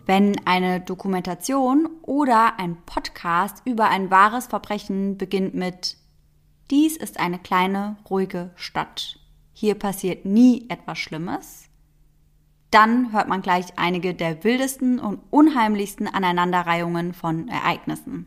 wenn eine Dokumentation oder ein Podcast über ein wahres Verbrechen beginnt mit: Dies ist eine kleine, ruhige Stadt. Hier passiert nie etwas Schlimmes, dann hört man gleich einige der wildesten und unheimlichsten Aneinanderreihungen von Ereignissen.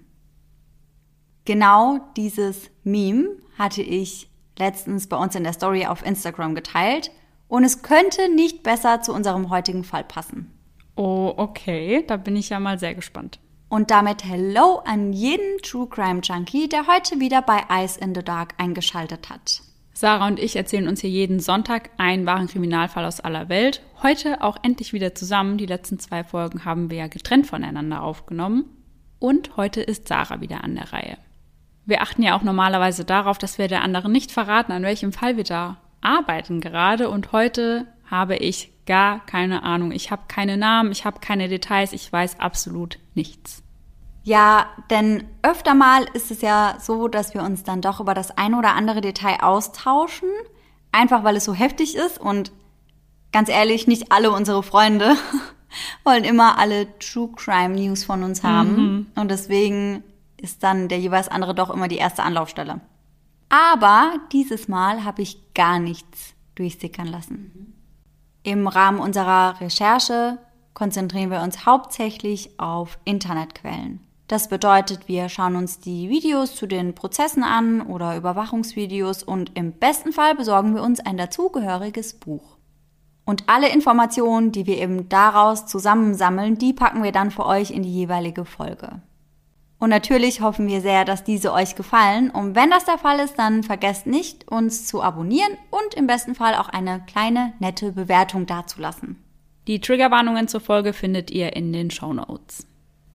Genau dieses Meme hatte ich letztens bei uns in der Story auf Instagram geteilt und es könnte nicht besser zu unserem heutigen Fall passen. Oh, okay, da bin ich ja mal sehr gespannt. Und damit hello an jeden True Crime Junkie, der heute wieder bei Eyes in the Dark eingeschaltet hat. Sarah und ich erzählen uns hier jeden Sonntag einen wahren Kriminalfall aus aller Welt. Heute auch endlich wieder zusammen. Die letzten 2 Folgen haben wir ja getrennt voneinander aufgenommen. Und heute ist Sarah wieder an der Reihe. Wir achten ja auch normalerweise darauf, dass wir der anderen nicht verraten, an welchem Fall wir da arbeiten gerade. Und heute habe ich gar keine Ahnung. Ich habe keine Namen, ich habe keine Details, ich weiß absolut nichts. Ja, denn öfter mal ist es ja so, dass wir uns dann doch über das ein oder andere Detail austauschen, einfach weil es so heftig ist und ganz ehrlich, nicht alle unsere Freunde wollen immer alle True Crime News von uns haben und deswegen ist dann der jeweils andere doch immer die erste Anlaufstelle. Aber dieses Mal habe ich gar nichts durchsickern lassen. Im Rahmen unserer Recherche konzentrieren wir uns hauptsächlich auf Internetquellen. Das bedeutet, wir schauen uns die Videos zu den Prozessen an oder Überwachungsvideos und im besten Fall besorgen wir uns ein dazugehöriges Buch. Und alle Informationen, die wir eben daraus zusammensammeln, die packen wir dann für euch in die jeweilige Folge. Und natürlich hoffen wir sehr, dass diese euch gefallen. Und wenn das der Fall ist, dann vergesst nicht, uns zu abonnieren und im besten Fall auch eine kleine, nette Bewertung dazulassen. Die Triggerwarnungen zur Folge findet ihr in den Shownotes.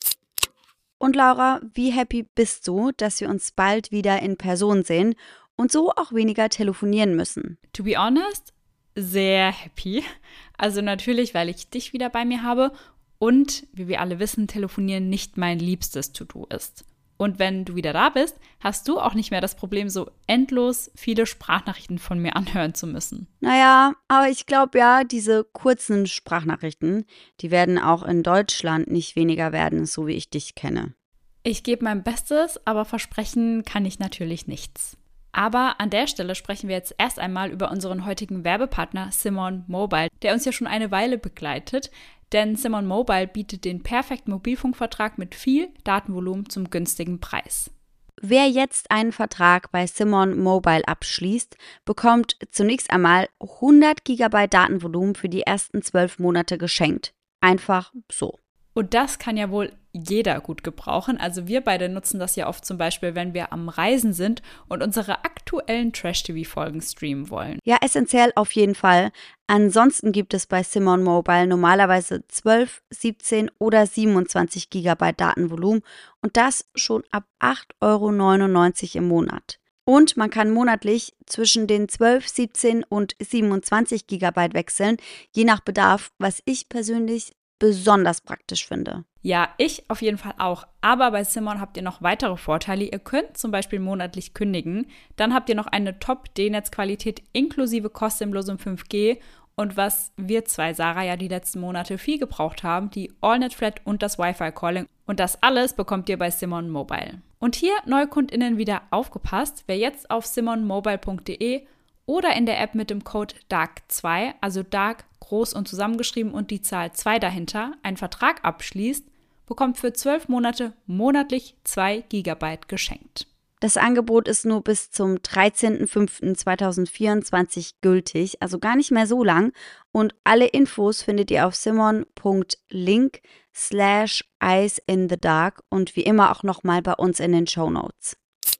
Und Laura, wie happy bist du, dass wir uns bald wieder in Person sehen und so auch weniger telefonieren müssen? To be honest, sehr happy. Also natürlich, weil ich dich wieder bei mir habe und, wie wir alle wissen, telefonieren nicht mein liebstes To-Do ist. Und wenn du wieder da bist, hast du auch nicht mehr das Problem, so endlos viele Sprachnachrichten von mir anhören zu müssen. Naja, aber ich glaube ja, diese kurzen Sprachnachrichten, die werden auch in Deutschland nicht weniger werden, so wie ich dich kenne. Ich gebe mein Bestes, aber versprechen kann ich natürlich nichts. Aber an der Stelle sprechen wir jetzt erst einmal über unseren heutigen Werbepartner Simon Mobile, der uns ja schon eine Weile begleitet. Denn Simon Mobile bietet den perfekten Mobilfunkvertrag mit viel Datenvolumen zum günstigen Preis. Wer jetzt einen Vertrag bei Simon Mobile abschließt, bekommt zunächst einmal 100 GB Datenvolumen für die ersten 12 Monate geschenkt. Einfach so. Und das kann ja wohl jeder gut gebrauchen. Also wir beide nutzen das ja oft zum Beispiel, wenn wir am Reisen sind und unsere aktuellen Trash-TV-Folgen streamen wollen. Ja, essentiell auf jeden Fall. Ansonsten gibt es bei Simon Mobile normalerweise 12, 17 oder 27 GB Datenvolumen und das schon ab 8,99 € im Monat. Und man kann monatlich zwischen den 12, 17 und 27 GB wechseln, je nach Bedarf, was ich persönlich besonders praktisch finde. Ja, ich auf jeden Fall auch. Aber bei Simon habt ihr noch weitere Vorteile. Ihr könnt zum Beispiel monatlich kündigen. Dann habt ihr noch eine Top-D-Netz-Qualität inklusive kostenlosem 5G. Und was wir zwei, Sarah, ja die letzten Monate viel gebraucht haben, die AllNet-Flat und das Wi-Fi-Calling. Und das alles bekommt ihr bei Simon Mobile. Und hier NeukundInnen wieder aufgepasst. Wer jetzt auf simonmobile.de oder in der App mit dem Code DARK2, also DARK groß und zusammengeschrieben und die Zahl 2 dahinter, einen Vertrag abschließt, bekommt für 12 Monate monatlich 2 GB geschenkt. Das Angebot ist nur bis zum 13.05.2024 gültig, also gar nicht mehr so lang. Und alle Infos findet ihr auf simon.link/eyes-in-the-dark und wie immer auch nochmal bei uns in den Shownotes.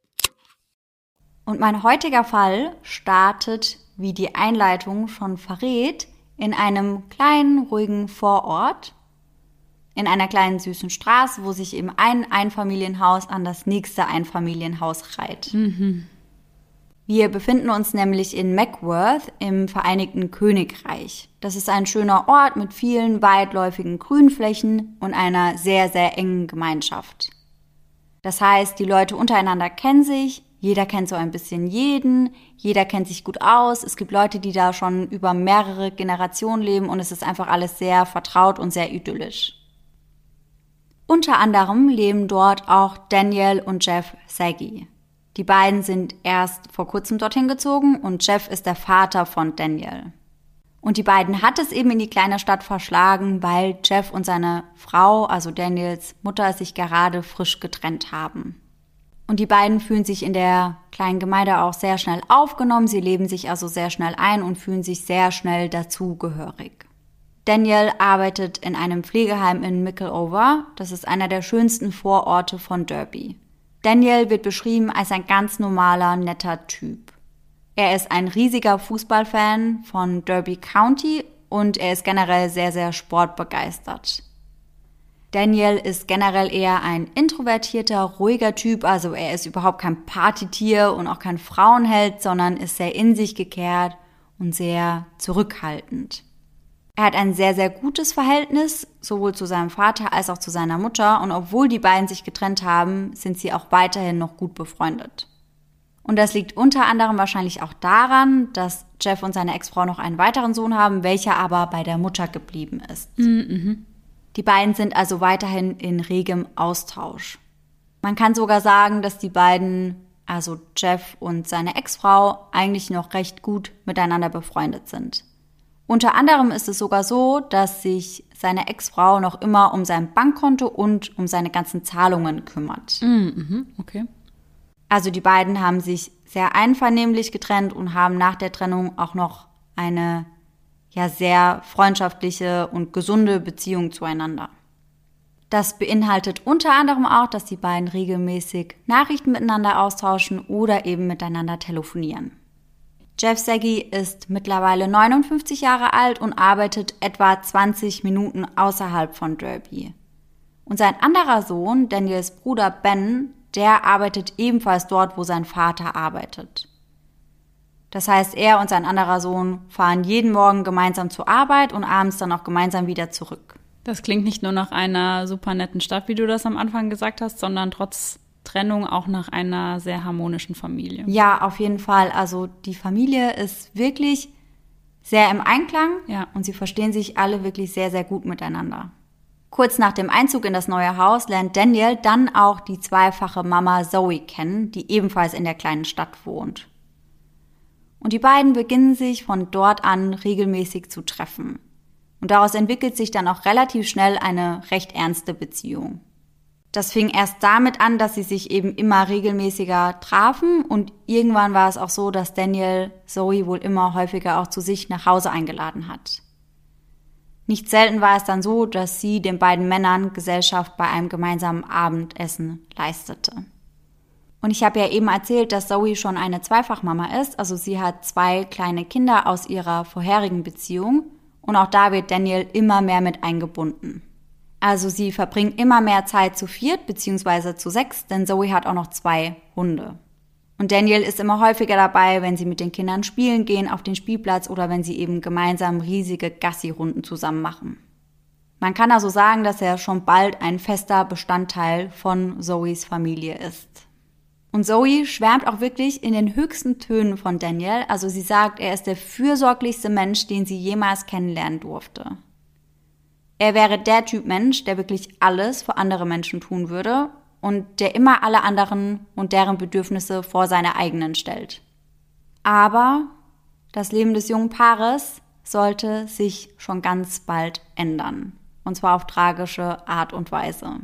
Und mein heutiger Fall startet, wie die Einleitung schon verrät, in einem kleinen, ruhigen Vorort, in einer kleinen, süßen Straße, wo sich eben ein Einfamilienhaus an das nächste Einfamilienhaus reiht. Wir befinden uns nämlich in Mackworth im Vereinigten Königreich. Das ist ein schöner Ort mit vielen weitläufigen Grünflächen und einer sehr, sehr engen Gemeinschaft. Das heißt, die Leute untereinander kennen sich, jeder kennt so ein bisschen jeden, jeder kennt sich gut aus. Es gibt Leute, die da schon über mehrere Generationen leben und es ist einfach alles sehr vertraut und sehr idyllisch. Unter anderem leben dort auch Danielle und Jeff Saggy. Die beiden sind erst vor kurzem dorthin gezogen und Jeff ist der Vater von Danielle. Und die beiden hat es eben in die kleine Stadt verschlagen, weil Jeff und seine Frau, also Daniels Mutter, sich gerade frisch getrennt haben. Und die beiden fühlen sich in der kleinen Gemeinde auch sehr schnell aufgenommen. Sie leben sich also sehr schnell ein und fühlen sich sehr schnell dazugehörig. Danielle arbeitet in einem Pflegeheim in Mickleover. Das ist einer der schönsten Vororte von Derby. Danielle wird beschrieben als ein ganz normaler, netter Typ. Er ist ein riesiger Fußballfan von Derby County und er ist generell sehr, sehr sportbegeistert. Danielle ist generell eher ein introvertierter, ruhiger Typ, also er ist überhaupt kein Partytier und auch kein Frauenheld, sondern ist sehr in sich gekehrt und sehr zurückhaltend. Er hat ein sehr, sehr gutes Verhältnis, sowohl zu seinem Vater als auch zu seiner Mutter und obwohl die beiden sich getrennt haben, sind sie auch weiterhin noch gut befreundet. Und das liegt unter anderem wahrscheinlich auch daran, dass Jeff und seine Ex-Frau noch einen weiteren Sohn haben, welcher aber bei der Mutter geblieben ist. Mhm. Die beiden sind also weiterhin in regem Austausch. Man kann sogar sagen, dass die beiden, also Jeff und seine Ex-Frau, eigentlich noch recht gut miteinander befreundet sind. Unter anderem ist es sogar so, dass sich seine Ex-Frau noch immer um sein Bankkonto und um seine ganzen Zahlungen kümmert. Okay. Also die beiden haben sich sehr einvernehmlich getrennt und haben nach der Trennung auch noch eine sehr freundschaftliche und gesunde Beziehung zueinander. Das beinhaltet unter anderem auch, dass die beiden regelmäßig Nachrichten miteinander austauschen oder eben miteinander telefonieren. Jeff Saggy ist mittlerweile 59 Jahre alt und arbeitet etwa 20 Minuten außerhalb von Derby. Und sein anderer Sohn, Daniels Bruder Ben, der arbeitet ebenfalls dort, wo sein Vater arbeitet. Das heißt, er und sein anderer Sohn fahren jeden Morgen gemeinsam zur Arbeit und abends dann auch gemeinsam wieder zurück. Das klingt nicht nur nach einer super netten Stadt, wie du das am Anfang gesagt hast, sondern trotz Trennung auch nach einer sehr harmonischen Familie. Ja, auf jeden Fall. Also die Familie ist wirklich sehr im Einklang und sie verstehen sich alle wirklich sehr, sehr gut miteinander. Kurz nach dem Einzug in das neue Haus lernt Danielle dann auch die zweifache Mama Zoe kennen, die ebenfalls in der kleinen Stadt wohnt. Und die beiden beginnen sich von dort an regelmäßig zu treffen. Und daraus entwickelt sich dann auch relativ schnell eine recht ernste Beziehung. Das fing erst damit an, dass sie sich eben immer regelmäßiger trafen und irgendwann war es auch so, dass Danielle Zoe wohl immer häufiger auch zu sich nach Hause eingeladen hat. Nicht selten war es dann so, dass sie den beiden Männern Gesellschaft bei einem gemeinsamen Abendessen leistete. Und ich habe ja eben erzählt, dass Zoe schon eine Zweifachmama ist, also sie hat 2 kleine Kinder aus ihrer vorherigen Beziehung und auch da wird Danielle immer mehr mit eingebunden. Also sie verbringen immer mehr Zeit zu 4 bzw. zu 6, denn Zoe hat auch noch 2 Hunde. Und Danielle ist immer häufiger dabei, wenn sie mit den Kindern spielen gehen auf den Spielplatz oder wenn sie eben gemeinsam riesige Gassi-Runden zusammen machen. Man kann also sagen, dass er schon bald ein fester Bestandteil von Zoes Familie ist. Und Zoe schwärmt auch wirklich in den höchsten Tönen von Danielle. Also sie sagt, er ist der fürsorglichste Mensch, den sie jemals kennenlernen durfte. Er wäre der Typ Mensch, der wirklich alles für andere Menschen tun würde und der immer alle anderen und deren Bedürfnisse vor seine eigenen stellt. Aber das Leben des jungen Paares sollte sich schon ganz bald ändern. Und zwar auf tragische Art und Weise.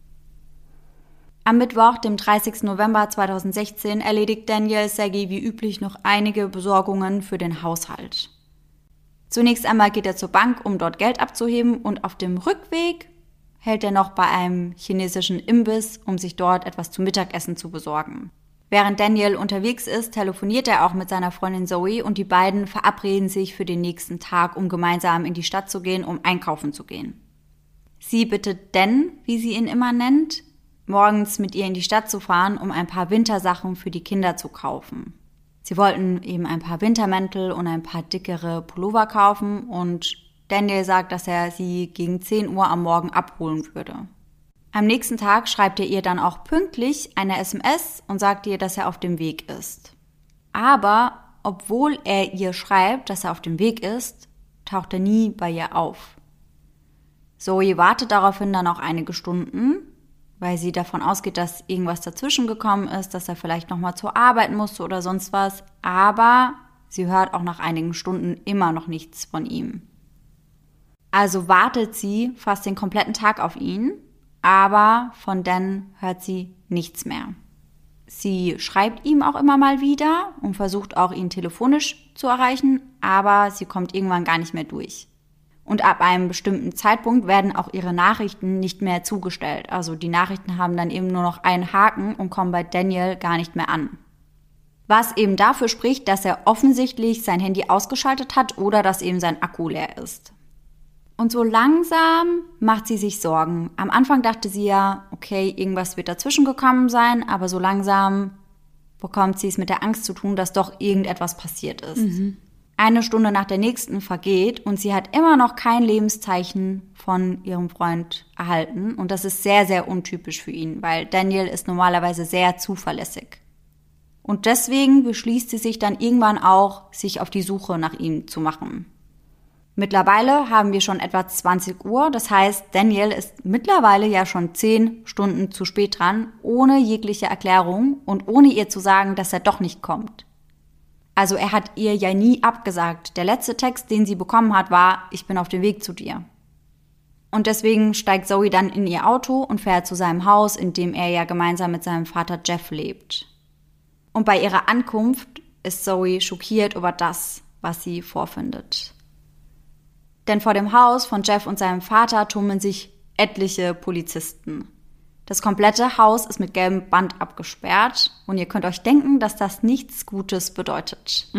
Am Mittwoch, dem 30. November 2016, erledigt Danielle Saggy wie üblich noch einige Besorgungen für den Haushalt. Zunächst einmal geht er zur Bank, um dort Geld abzuheben und auf dem Rückweg hält er noch bei einem chinesischen Imbiss, um sich dort etwas zum Mittagessen zu besorgen. Während Danielle unterwegs ist, telefoniert er auch mit seiner Freundin Zoe und die beiden verabreden sich für den nächsten Tag, um gemeinsam in die Stadt zu gehen, um einkaufen zu gehen. Sie bittet Dan, wie sie ihn immer nennt, morgens mit ihr in die Stadt zu fahren, um ein paar Wintersachen für die Kinder zu kaufen. Sie wollten eben ein paar Wintermäntel und ein paar dickere Pullover kaufen und Danielle sagt, dass er sie gegen 10 Uhr am Morgen abholen würde. Am nächsten Tag schreibt er ihr dann auch pünktlich eine SMS und sagt ihr, dass er auf dem Weg ist. Aber obwohl er ihr schreibt, dass er auf dem Weg ist, taucht er nie bei ihr auf. Zoe wartet daraufhin dann auch einige Stunden, weil sie davon ausgeht, dass irgendwas dazwischen gekommen ist, dass er vielleicht nochmal zur Arbeit musste oder sonst was. Aber sie hört auch nach einigen Stunden immer noch nichts von ihm. Also wartet sie fast den kompletten Tag auf ihn, aber von Dan hört sie nichts mehr. Sie schreibt ihm auch immer mal wieder und versucht auch, ihn telefonisch zu erreichen, aber sie kommt irgendwann gar nicht mehr durch. Und ab einem bestimmten Zeitpunkt werden auch ihre Nachrichten nicht mehr zugestellt. Also die Nachrichten haben dann eben nur noch einen Haken und kommen bei Daniel gar nicht mehr an. Was eben dafür spricht, dass er offensichtlich sein Handy ausgeschaltet hat oder dass eben sein Akku leer ist. Und so langsam macht sie sich Sorgen. Am Anfang dachte sie ja, okay, irgendwas wird dazwischen gekommen sein, aber so langsam bekommt sie es mit der Angst zu tun, dass doch irgendetwas passiert ist. Eine Stunde nach der nächsten vergeht und sie hat immer noch kein Lebenszeichen von ihrem Freund erhalten. Und das ist sehr, sehr untypisch für ihn, weil Daniel ist normalerweise sehr zuverlässig. Und deswegen beschließt sie sich dann irgendwann auch, sich auf die Suche nach ihm zu machen. Mittlerweile haben wir schon etwa 20 Uhr, das heißt, Daniel ist mittlerweile ja schon 10 Stunden zu spät dran, ohne jegliche Erklärung und ohne ihr zu sagen, dass er doch nicht kommt. Also er hat ihr ja nie abgesagt. Der letzte Text, den sie bekommen hat, war, ich bin auf dem Weg zu dir. Und deswegen steigt Zoe dann in ihr Auto und fährt zu seinem Haus, in dem er ja gemeinsam mit seinem Vater Jeff lebt. Und bei ihrer Ankunft ist Zoe schockiert über das, was sie vorfindet. Denn vor dem Haus von Jeff und seinem Vater tummeln sich etliche Polizisten. Das komplette Haus ist mit gelbem Band abgesperrt und ihr könnt euch denken, dass das nichts Gutes bedeutet.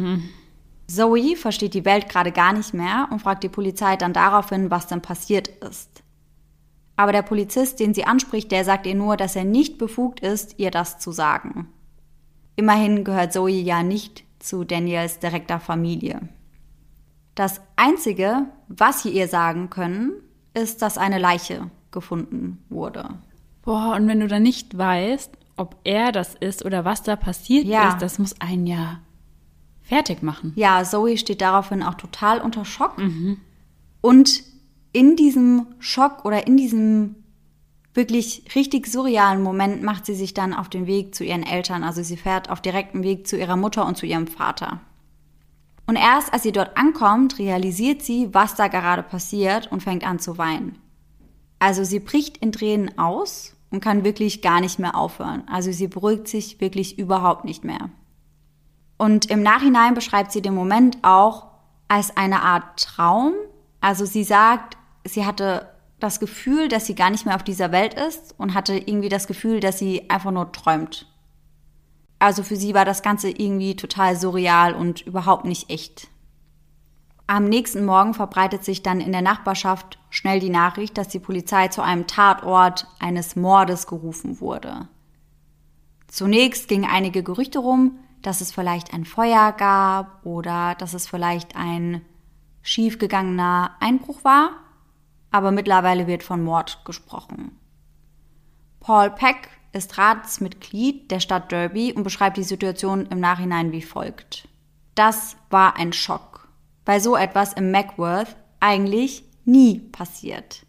Zoe versteht die Welt gerade gar nicht mehr und fragt die Polizei dann daraufhin, was denn passiert ist. Aber der Polizist, den sie anspricht, der sagt ihr nur, dass er nicht befugt ist, ihr das zu sagen. Immerhin gehört Zoe ja nicht zu Daniels direkter Familie. Das Einzige, was sie ihr sagen können, ist, dass eine Leiche gefunden wurde. Boah, und wenn du dann nicht weißt, ob er das ist oder was da passiert ist, das muss einen ja fertig machen. Ja, Zoe steht daraufhin auch total unter Schock. Und in diesem Schock oder in diesem wirklich richtig surrealen Moment macht sie sich dann auf den Weg zu ihren Eltern. Also sie fährt auf direktem Weg zu ihrer Mutter und zu ihrem Vater. Und erst als sie dort ankommt, realisiert sie, was da gerade passiert und fängt an zu weinen. Also sie bricht in Tränen aus und kann wirklich gar nicht mehr aufhören. Also sie beruhigt sich wirklich überhaupt nicht mehr. Und im Nachhinein beschreibt sie den Moment auch als eine Art Traum. Also sie sagt, sie hatte das Gefühl, dass sie gar nicht mehr auf dieser Welt ist und hatte irgendwie das Gefühl, dass sie einfach nur träumt. Also für sie war das Ganze irgendwie total surreal und überhaupt nicht echt. Am nächsten Morgen verbreitet sich dann in der Nachbarschaft schnell die Nachricht, dass die Polizei zu einem Tatort eines Mordes gerufen wurde. Zunächst gingen einige Gerüchte rum, dass es vielleicht ein Feuer gab oder dass es vielleicht ein schiefgegangener Einbruch war, aber mittlerweile wird von Mord gesprochen. Paul Peck ist Ratsmitglied der Stadt Derby und beschreibt die Situation im Nachhinein wie folgt. Das war ein Schock, weil so etwas im Mackworth eigentlich nie passiert.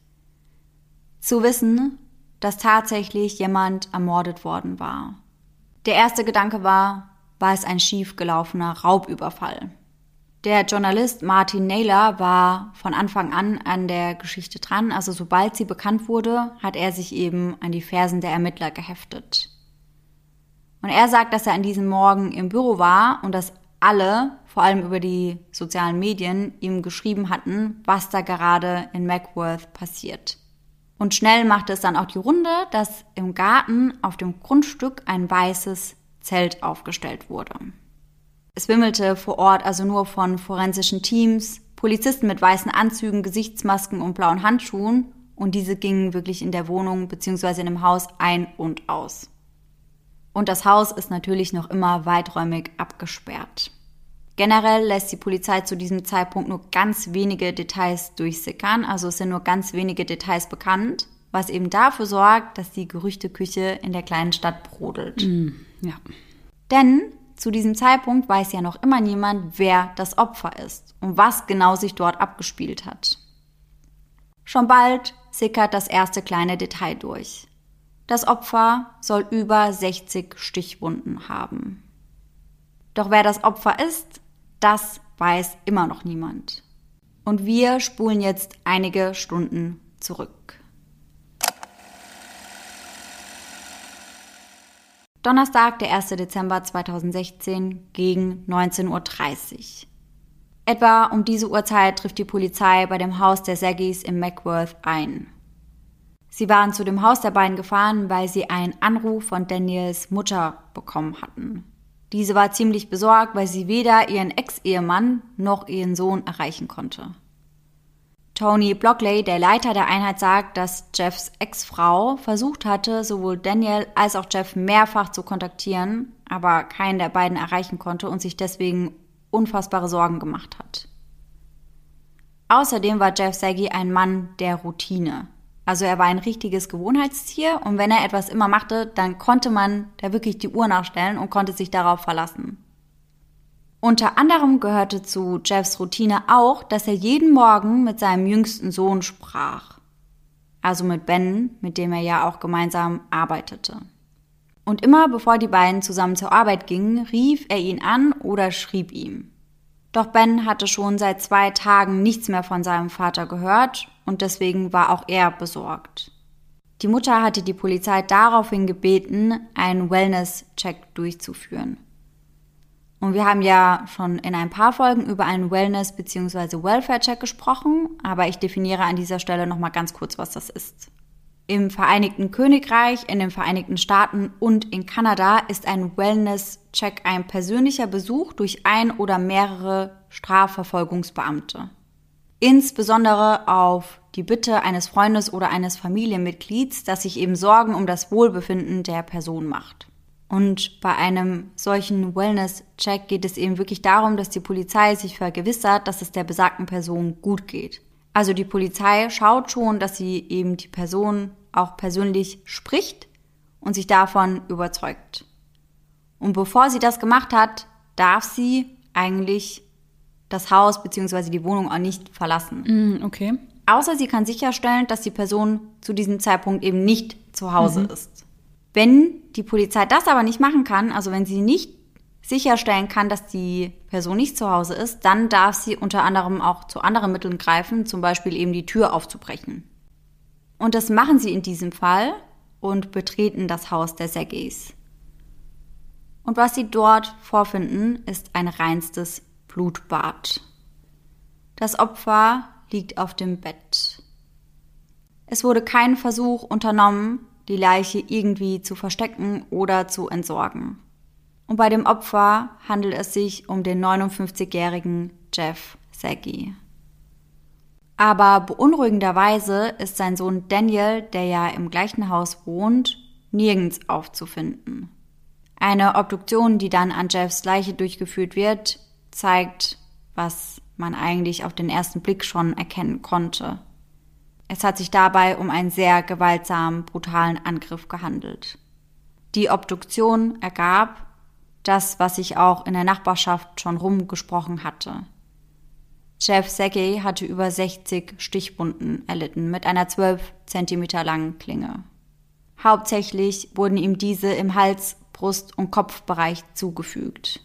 Zu wissen, dass tatsächlich jemand ermordet worden war. Der erste Gedanke war es ein schiefgelaufener Raubüberfall. Der Journalist Martin Naylor war von Anfang an der Geschichte dran. Also sobald sie bekannt wurde, hat er sich eben an die Fersen der Ermittler geheftet. Und er sagt, dass er an diesem Morgen im Büro war und dass alle, vor allem über die sozialen Medien, ihm geschrieben hatten, was da gerade in Mackworth passiert. Und schnell machte es dann auch die Runde, dass im Garten auf dem Grundstück ein weißes Zelt aufgestellt wurde. Es wimmelte vor Ort also nur von forensischen Teams, Polizisten mit weißen Anzügen, Gesichtsmasken und blauen Handschuhen und diese gingen wirklich in der Wohnung bzw. in dem Haus ein und aus. Und das Haus ist natürlich noch immer weiträumig abgesperrt. Generell lässt die Polizei zu diesem Zeitpunkt nur ganz wenige Details durchsickern, also es sind nur ganz wenige Details bekannt, was eben dafür sorgt, dass die Gerüchteküche in der kleinen Stadt brodelt. Ja. Denn zu diesem Zeitpunkt weiß ja noch immer niemand, wer das Opfer ist und was genau sich dort abgespielt hat. Schon bald sickert das erste kleine Detail durch. Das Opfer soll über 60 Stichwunden haben. Doch wer das Opfer ist, das weiß immer noch niemand. Und wir spulen jetzt einige Stunden zurück. Donnerstag, der 1. Dezember 2016 gegen 19:30 Uhr. Etwa um diese Uhrzeit trifft die Polizei bei dem Haus der Saggys in Mackworth ein. Sie waren zu dem Haus der beiden gefahren, weil sie einen Anruf von Daniels Mutter bekommen hatten. Diese war ziemlich besorgt, weil sie weder ihren Ex-Ehemann noch ihren Sohn erreichen konnte. Tony Blockley, der Leiter der Einheit, sagt, dass Jeffs Ex-Frau versucht hatte, sowohl Daniel als auch Jeff mehrfach zu kontaktieren, aber keinen der beiden erreichen konnte und sich deswegen unfassbare Sorgen gemacht hat. Außerdem war Jeff Saggy ein Mann der Routine. Also er war ein richtiges Gewohnheitstier und wenn er etwas immer machte, dann konnte man da wirklich die Uhr nachstellen und konnte sich darauf verlassen. Unter anderem gehörte zu Jeffs Routine auch, dass er jeden Morgen mit seinem jüngsten Sohn sprach. Also mit Ben, mit dem er ja auch gemeinsam arbeitete. Und immer bevor die beiden zusammen zur Arbeit gingen, rief er ihn an oder schrieb ihm. Doch Ben hatte schon seit 2 Tagen nichts mehr von seinem Vater gehört und deswegen war auch er besorgt. Die Mutter hatte die Polizei daraufhin gebeten, einen Wellness-Check durchzuführen. Und wir haben ja schon in ein paar Folgen über einen Wellness- bzw. Welfare-Check gesprochen, aber ich definiere an dieser Stelle nochmal ganz kurz, was das ist. Im Vereinigten Königreich, in den Vereinigten Staaten und in Kanada ist ein Wellness-Check ein persönlicher Besuch durch ein oder mehrere Strafverfolgungsbeamte. Insbesondere auf die Bitte eines Freundes oder eines Familienmitglieds, das sich eben Sorgen um das Wohlbefinden der Person macht. Und bei einem solchen Wellness-Check geht es eben wirklich darum, dass die Polizei sich vergewissert, dass es der besagten Person gut geht. Also die Polizei schaut schon, dass sie eben die Person auch persönlich spricht und sich davon überzeugt. Und bevor sie das gemacht hat, darf sie eigentlich das Haus bzw. die Wohnung auch nicht verlassen. Okay. Außer sie kann sicherstellen, dass die Person zu diesem Zeitpunkt eben nicht zu Hause ist. Wenn die Polizei das aber nicht machen kann, also wenn sie nicht sicherstellen kann, dass die Person nicht zu Hause ist, dann darf sie unter anderem auch zu anderen Mitteln greifen, zum Beispiel eben die Tür aufzubrechen. Und das machen sie in diesem Fall und betreten das Haus der Saggys. Und was sie dort vorfinden, ist ein reinstes Blutbad. Das Opfer liegt auf dem Bett. Es wurde kein Versuch unternommen, die Leiche irgendwie zu verstecken oder zu entsorgen. Und bei dem Opfer handelt es sich um den 59-jährigen Jeff Saggy. Aber beunruhigenderweise ist sein Sohn Daniel, der ja im gleichen Haus wohnt, nirgends aufzufinden. Eine Obduktion, die dann an Jeffs Leiche durchgeführt wird, zeigt, was man eigentlich auf den ersten Blick schon erkennen konnte. Es hat sich dabei um einen sehr gewaltsamen, brutalen Angriff gehandelt. Die Obduktion ergab das, was ich auch in der Nachbarschaft schon rumgesprochen hatte. Jeff Saggy hatte über 60 Stichwunden erlitten mit einer 12 Zentimeter langen Klinge. Hauptsächlich wurden ihm diese im Hals-, Brust- und Kopfbereich zugefügt.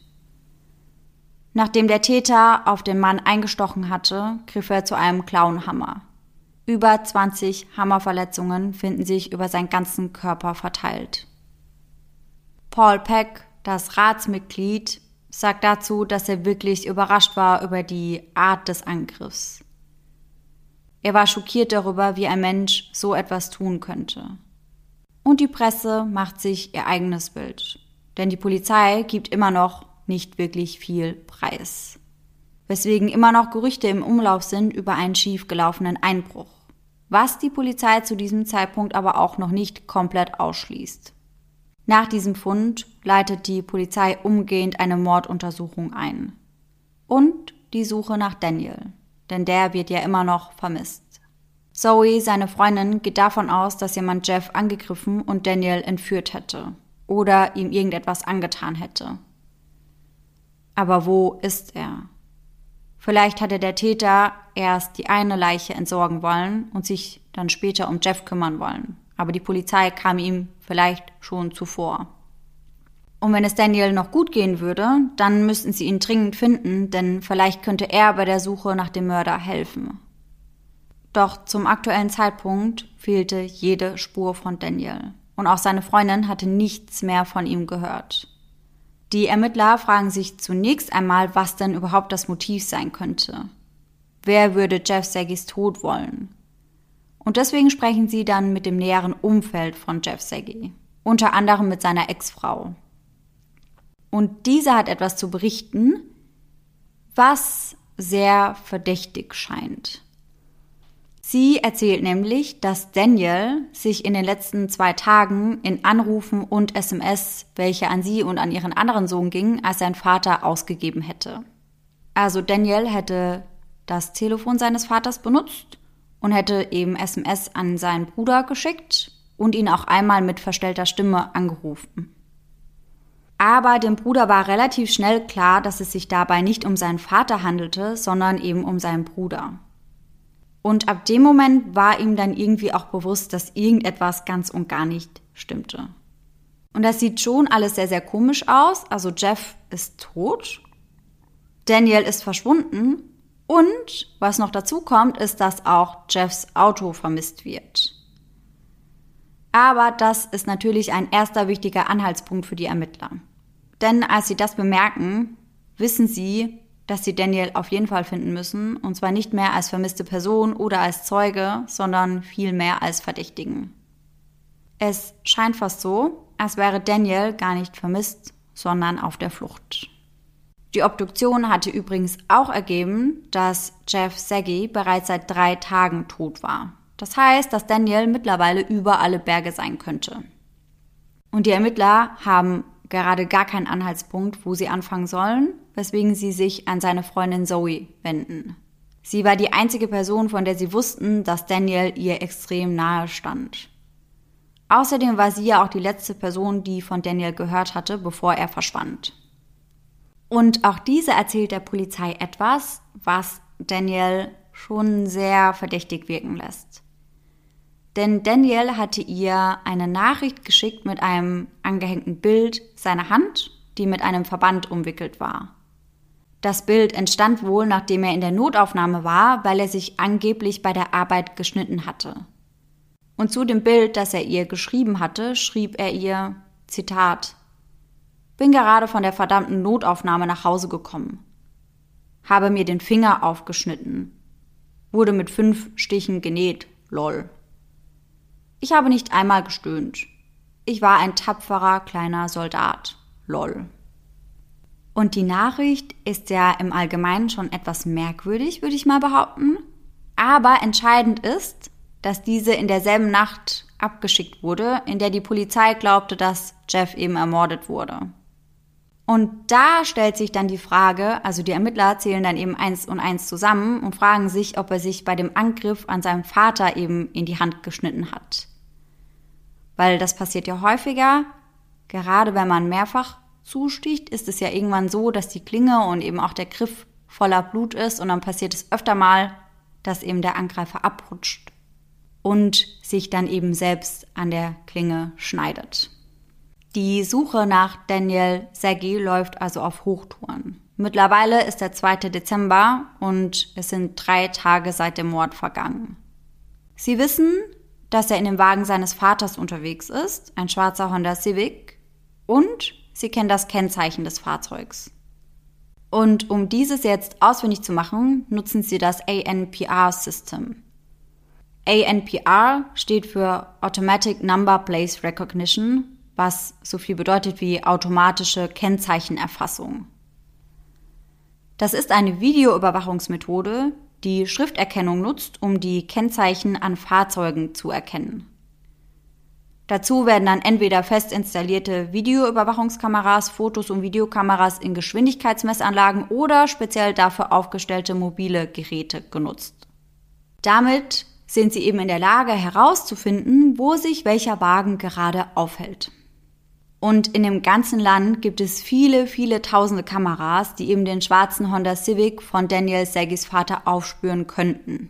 Nachdem der Täter auf den Mann eingestochen hatte, griff er zu einem Klauenhammer. Über 20 Hammerverletzungen finden sich über seinen ganzen Körper verteilt. Paul Peck, das Ratsmitglied, sagt dazu, dass er wirklich überrascht war über die Art des Angriffs. Er war schockiert darüber, wie ein Mensch so etwas tun könnte. Und die Presse macht sich ihr eigenes Bild. Denn die Polizei gibt immer noch nicht wirklich viel Preis. Weswegen immer noch Gerüchte im Umlauf sind über einen schiefgelaufenen Einbruch. Was die Polizei zu diesem Zeitpunkt aber auch noch nicht komplett ausschließt. Nach diesem Fund leitet die Polizei umgehend eine Morduntersuchung ein. Und die Suche nach Daniel, denn der wird ja immer noch vermisst. Zoe, seine Freundin, geht davon aus, dass jemand Jeff angegriffen und Daniel entführt hätte oder ihm irgendetwas angetan hätte. Aber wo ist er? Vielleicht hatte der Täter erst die eine Leiche entsorgen wollen und sich dann später um Jeff kümmern wollen. Aber die Polizei kam ihm vielleicht schon zuvor. Und wenn es Daniel noch gut gehen würde, dann müssten sie ihn dringend finden, denn vielleicht könnte er bei der Suche nach dem Mörder helfen. Doch zum aktuellen Zeitpunkt fehlte jede Spur von Daniel. Und auch seine Freundin hatte nichts mehr von ihm gehört. Die Ermittler fragen sich zunächst einmal, was denn überhaupt das Motiv sein könnte. Wer würde Jeff Saggys Tod wollen? Und deswegen sprechen sie dann mit dem näheren Umfeld von Jeff Saggy, unter anderem mit seiner Ex-Frau. Und diese hat etwas zu berichten, was sehr verdächtig scheint. Sie erzählt nämlich, dass Daniel sich in den letzten 2 Tagen in Anrufen und SMS, welche an sie und an ihren anderen Sohn gingen, als sein Vater ausgegeben hätte. Also Daniel hätte das Telefon seines Vaters benutzt und hätte eben SMS an seinen Bruder geschickt und ihn auch einmal mit verstellter Stimme angerufen. Aber dem Bruder war relativ schnell klar, dass es sich dabei nicht um seinen Vater handelte, sondern eben um seinen Bruder. Und ab dem Moment war ihm dann irgendwie auch bewusst, dass irgendetwas ganz und gar nicht stimmte. Und das sieht schon alles sehr, sehr komisch aus. Also Jeff ist tot, Daniel ist verschwunden und was noch dazu kommt, ist, dass auch Jeffs Auto vermisst wird. Aber das ist natürlich ein erster wichtiger Anhaltspunkt für die Ermittler. Denn als sie das bemerken, wissen sie, dass sie Daniel auf jeden Fall finden müssen, und zwar nicht mehr als vermisste Person oder als Zeuge, sondern vielmehr als Verdächtigen. Es scheint fast so, als wäre Daniel gar nicht vermisst, sondern auf der Flucht. Die Obduktion hatte übrigens auch ergeben, dass Jeff Saggy bereits seit 3 Tagen tot war. Das heißt, dass Daniel mittlerweile über alle Berge sein könnte. Und die Ermittler haben gerade gar keinen Anhaltspunkt, wo sie anfangen sollen, weswegen sie sich an seine Freundin Zoe wenden. Sie war die einzige Person, von der sie wussten, dass Daniel ihr extrem nahe stand. Außerdem war sie ja auch die letzte Person, die von Daniel gehört hatte, bevor er verschwand. Und auch diese erzählt der Polizei etwas, was Daniel schon sehr verdächtig wirken lässt. Denn Daniel hatte ihr eine Nachricht geschickt mit einem angehängten Bild seiner Hand, die mit einem Verband umwickelt war. Das Bild entstand wohl, nachdem er in der Notaufnahme war, weil er sich angeblich bei der Arbeit geschnitten hatte. Und zu dem Bild, das er ihr geschrieben hatte, schrieb er ihr, Zitat, »Bin gerade von der verdammten Notaufnahme nach Hause gekommen. Habe mir den Finger aufgeschnitten. Wurde mit 5 Stichen genäht, lol. Ich habe nicht einmal gestöhnt. Ich war ein tapferer kleiner Soldat, lol.« Und die Nachricht ist ja im Allgemeinen schon etwas merkwürdig, würde ich mal behaupten. Aber entscheidend ist, dass diese in derselben Nacht abgeschickt wurde, in der die Polizei glaubte, dass Jeff eben ermordet wurde. Und da stellt sich dann die Frage, also die Ermittler zählen dann eben 1 und 1 zusammen und fragen sich, ob er sich bei dem Angriff an seinem Vater eben in die Hand geschnitten hat. Weil das passiert ja häufiger, gerade wenn man mehrfach zusticht, ist es ja irgendwann so, dass die Klinge und eben auch der Griff voller Blut ist und dann passiert es öfter mal, dass eben der Angreifer abrutscht und sich dann eben selbst an der Klinge schneidet. Die Suche nach Daniel Saggy läuft also auf Hochtouren. Mittlerweile ist der 2. Dezember und es sind 3 Tage seit dem Mord vergangen. Sie wissen, dass er in dem Wagen seines Vaters unterwegs ist, ein schwarzer Honda Civic, und sie kennen das Kennzeichen des Fahrzeugs. Und um dieses jetzt ausfindig zu machen, nutzen sie das ANPR-System. ANPR steht für Automatic Number Plate Recognition, was so viel bedeutet wie automatische Kennzeichenerfassung. Das ist eine Videoüberwachungsmethode, die Schrifterkennung nutzt, um die Kennzeichen an Fahrzeugen zu erkennen. Dazu werden dann entweder fest installierte Videoüberwachungskameras, Fotos- und Videokameras in Geschwindigkeitsmessanlagen oder speziell dafür aufgestellte mobile Geräte genutzt. Damit sind sie eben in der Lage herauszufinden, wo sich welcher Wagen gerade aufhält. Und in dem ganzen Land gibt es viele, viele tausende Kameras, die eben den schwarzen Honda Civic von Daniel Seggis Vater aufspüren könnten.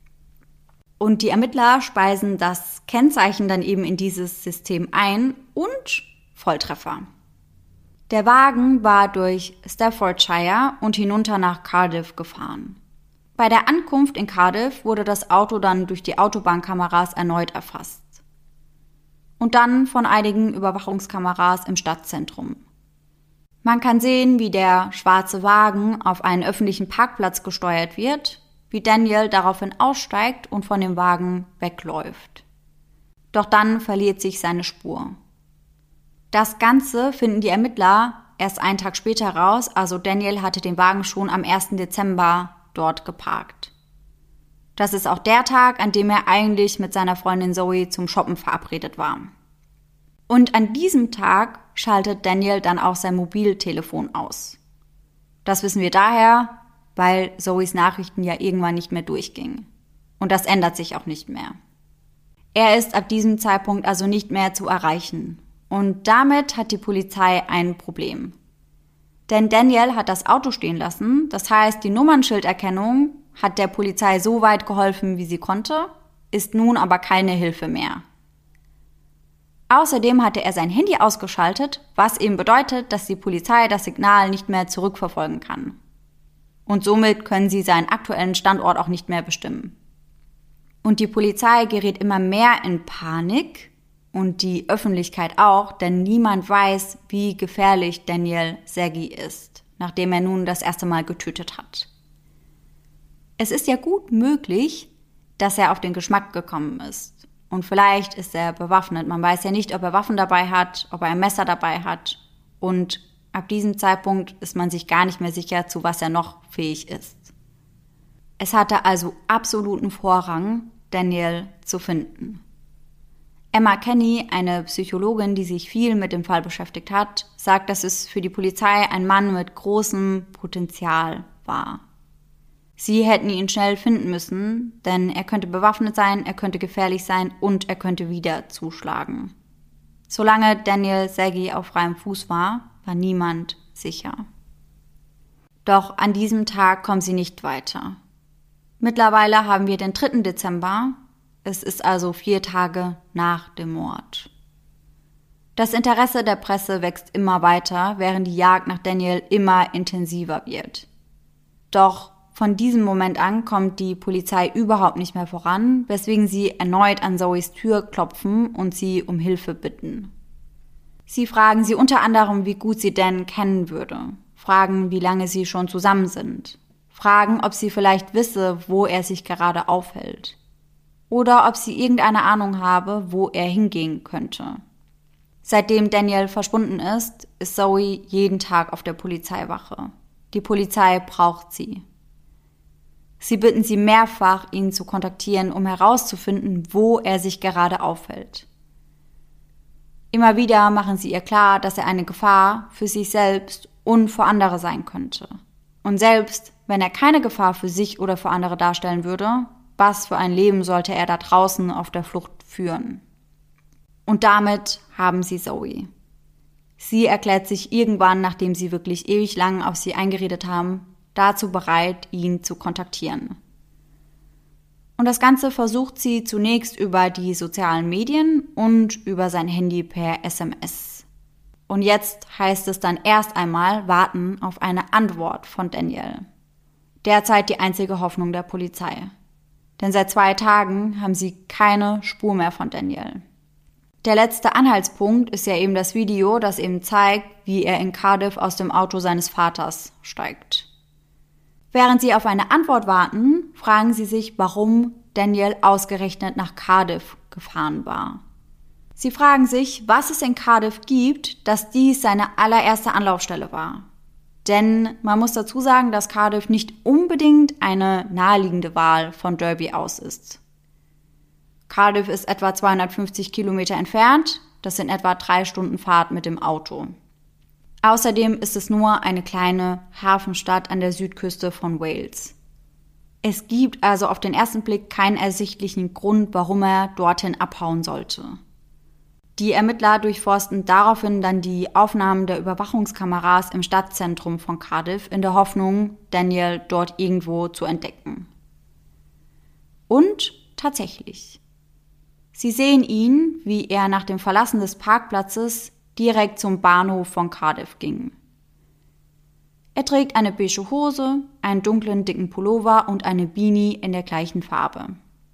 Und die Ermittler speisen das Kennzeichen dann eben in dieses System ein und Volltreffer. Der Wagen war durch Staffordshire und hinunter nach Cardiff gefahren. Bei der Ankunft in Cardiff wurde das Auto dann durch die Autobahnkameras erneut erfasst. Und dann von einigen Überwachungskameras im Stadtzentrum. Man kann sehen, wie der schwarze Wagen auf einen öffentlichen Parkplatz gesteuert wird, wie Daniel daraufhin aussteigt und von dem Wagen wegläuft. Doch dann verliert sich seine Spur. Das Ganze finden die Ermittler erst einen Tag später raus, also Daniel hatte den Wagen schon am 1. Dezember dort geparkt. Das ist auch der Tag, an dem er eigentlich mit seiner Freundin Zoe zum Shoppen verabredet war. Und an diesem Tag schaltet Daniel dann auch sein Mobiltelefon aus. Das wissen wir daher, weil Zoes Nachrichten ja irgendwann nicht mehr durchgingen. Und das ändert sich auch nicht mehr. Er ist ab diesem Zeitpunkt also nicht mehr zu erreichen. Und damit hat die Polizei ein Problem. Denn Daniel hat das Auto stehen lassen, das heißt, die Nummernschilderkennung hat der Polizei so weit geholfen, wie sie konnte, ist nun aber keine Hilfe mehr. Außerdem hatte er sein Handy ausgeschaltet, was eben bedeutet, dass die Polizei das Signal nicht mehr zurückverfolgen kann. Und somit können sie seinen aktuellen Standort auch nicht mehr bestimmen. Und die Polizei gerät immer mehr in Panik und die Öffentlichkeit auch, denn niemand weiß, wie gefährlich Daniel Seggi ist, nachdem er nun das erste Mal getötet hat. Es ist ja gut möglich, dass er auf den Geschmack gekommen ist. Und vielleicht ist er bewaffnet. Man weiß ja nicht, ob er Waffen dabei hat, ob er ein Messer dabei hat. Und ab diesem Zeitpunkt ist man sich gar nicht mehr sicher, zu was er noch fähig ist. Es hatte also absoluten Vorrang, Daniel zu finden. Emma Kenny, eine Psychologin, die sich viel mit dem Fall beschäftigt hat, sagt, dass es für die Polizei ein Mann mit großem Potenzial war. Sie hätten ihn schnell finden müssen, denn er könnte bewaffnet sein, er könnte gefährlich sein und er könnte wieder zuschlagen. Solange Daniel Seggi auf freiem Fuß war, war niemand sicher. Doch an diesem Tag kommen sie nicht weiter. Mittlerweile haben wir den 3. Dezember, es ist also 4 Tage nach dem Mord. Das Interesse der Presse wächst immer weiter, während die Jagd nach Daniel immer intensiver wird. Doch von diesem Moment an kommt die Polizei überhaupt nicht mehr voran, weswegen sie erneut an Zoes Tür klopfen und sie um Hilfe bitten. Sie fragen sie unter anderem, wie gut sie Dan kennen würde, fragen, wie lange sie schon zusammen sind, fragen, ob sie vielleicht wisse, wo er sich gerade aufhält oder ob sie irgendeine Ahnung habe, wo er hingehen könnte. Seitdem Daniel verschwunden ist Zoe jeden Tag auf der Polizeiwache. Die Polizei braucht sie. Sie bitten sie mehrfach, ihn zu kontaktieren, um herauszufinden, wo er sich gerade aufhält. Immer wieder machen sie ihr klar, dass er eine Gefahr für sich selbst und für andere sein könnte. Und selbst wenn er keine Gefahr für sich oder für andere darstellen würde, was für ein Leben sollte er da draußen auf der Flucht führen? Und damit haben sie Zoe. Sie erklärt sich irgendwann, nachdem sie wirklich ewig lang auf sie eingeredet haben, dazu bereit, ihn zu kontaktieren. Und das Ganze versucht sie zunächst über die sozialen Medien und über sein Handy per SMS. Und jetzt heißt es dann erst einmal warten auf eine Antwort von Daniel. Derzeit die einzige Hoffnung der Polizei. Denn seit 2 Tagen haben sie keine Spur mehr von Daniel. Der letzte Anhaltspunkt ist ja eben das Video, das eben zeigt, wie er in Cardiff aus dem Auto seines Vaters steigt. Während sie auf eine Antwort warten, fragen sie sich, warum Daniel ausgerechnet nach Cardiff gefahren war. Sie fragen sich, was es in Cardiff gibt, dass dies seine allererste Anlaufstelle war. Denn man muss dazu sagen, dass Cardiff nicht unbedingt eine naheliegende Wahl von Derby aus ist. Cardiff ist etwa 250 Kilometer entfernt, das sind etwa 3 Stunden Fahrt mit dem Auto. Außerdem ist es nur eine kleine Hafenstadt an der Südküste von Wales. Es gibt also auf den ersten Blick keinen ersichtlichen Grund, warum er dorthin abhauen sollte. Die Ermittler durchforsten daraufhin dann die Aufnahmen der Überwachungskameras im Stadtzentrum von Cardiff in der Hoffnung, Daniel dort irgendwo zu entdecken. Und tatsächlich. Sie sehen ihn, wie er nach dem Verlassen des Parkplatzes direkt zum Bahnhof von Cardiff ging. Er trägt eine beige Hose, einen dunklen, dicken Pullover und eine Beanie in der gleichen Farbe.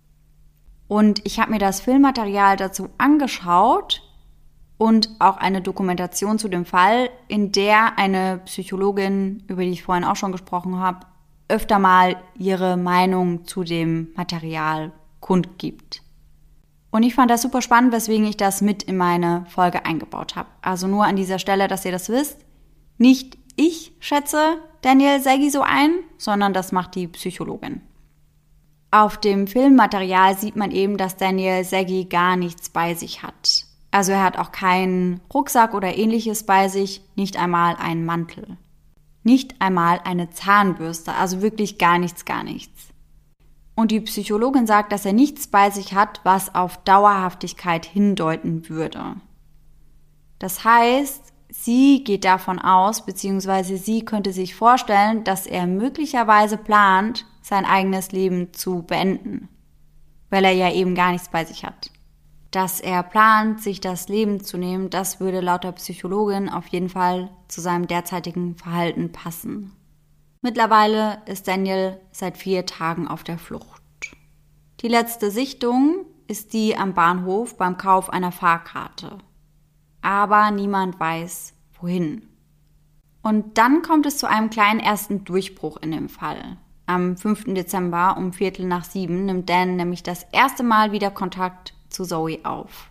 Und ich habe mir das Filmmaterial dazu angeschaut und auch eine Dokumentation zu dem Fall, in der eine Psychologin, über die ich vorhin auch schon gesprochen habe, öfter mal ihre Meinung zu dem Material kundgibt. Und ich fand das super spannend, weswegen ich das mit in meine Folge eingebaut habe. Also nur an dieser Stelle, dass ihr das wisst. Nicht ich schätze Daniel Seggi so ein, sondern das macht die Psychologin. Auf dem Filmmaterial sieht man eben, dass Daniel Seggi gar nichts bei sich hat. Also er hat auch keinen Rucksack oder ähnliches bei sich, nicht einmal einen Mantel. Nicht einmal eine Zahnbürste, also wirklich gar nichts, gar nichts. Und die Psychologin sagt, dass er nichts bei sich hat, was auf Dauerhaftigkeit hindeuten würde. Das heißt, sie geht davon aus, beziehungsweise sie könnte sich vorstellen, dass er möglicherweise plant, sein eigenes Leben zu beenden, weil er ja eben gar nichts bei sich hat. Dass er plant, sich das Leben zu nehmen, das würde laut der Psychologin auf jeden Fall zu seinem derzeitigen Verhalten passen. Mittlerweile ist Daniel seit 4 Tagen auf der Flucht. Die letzte Sichtung ist die am Bahnhof beim Kauf einer Fahrkarte. Aber niemand weiß, wohin. Und dann kommt es zu einem kleinen ersten Durchbruch in dem Fall. Am 5. Dezember um 6:15 nimmt Dan nämlich das erste Mal wieder Kontakt zu Zoe auf.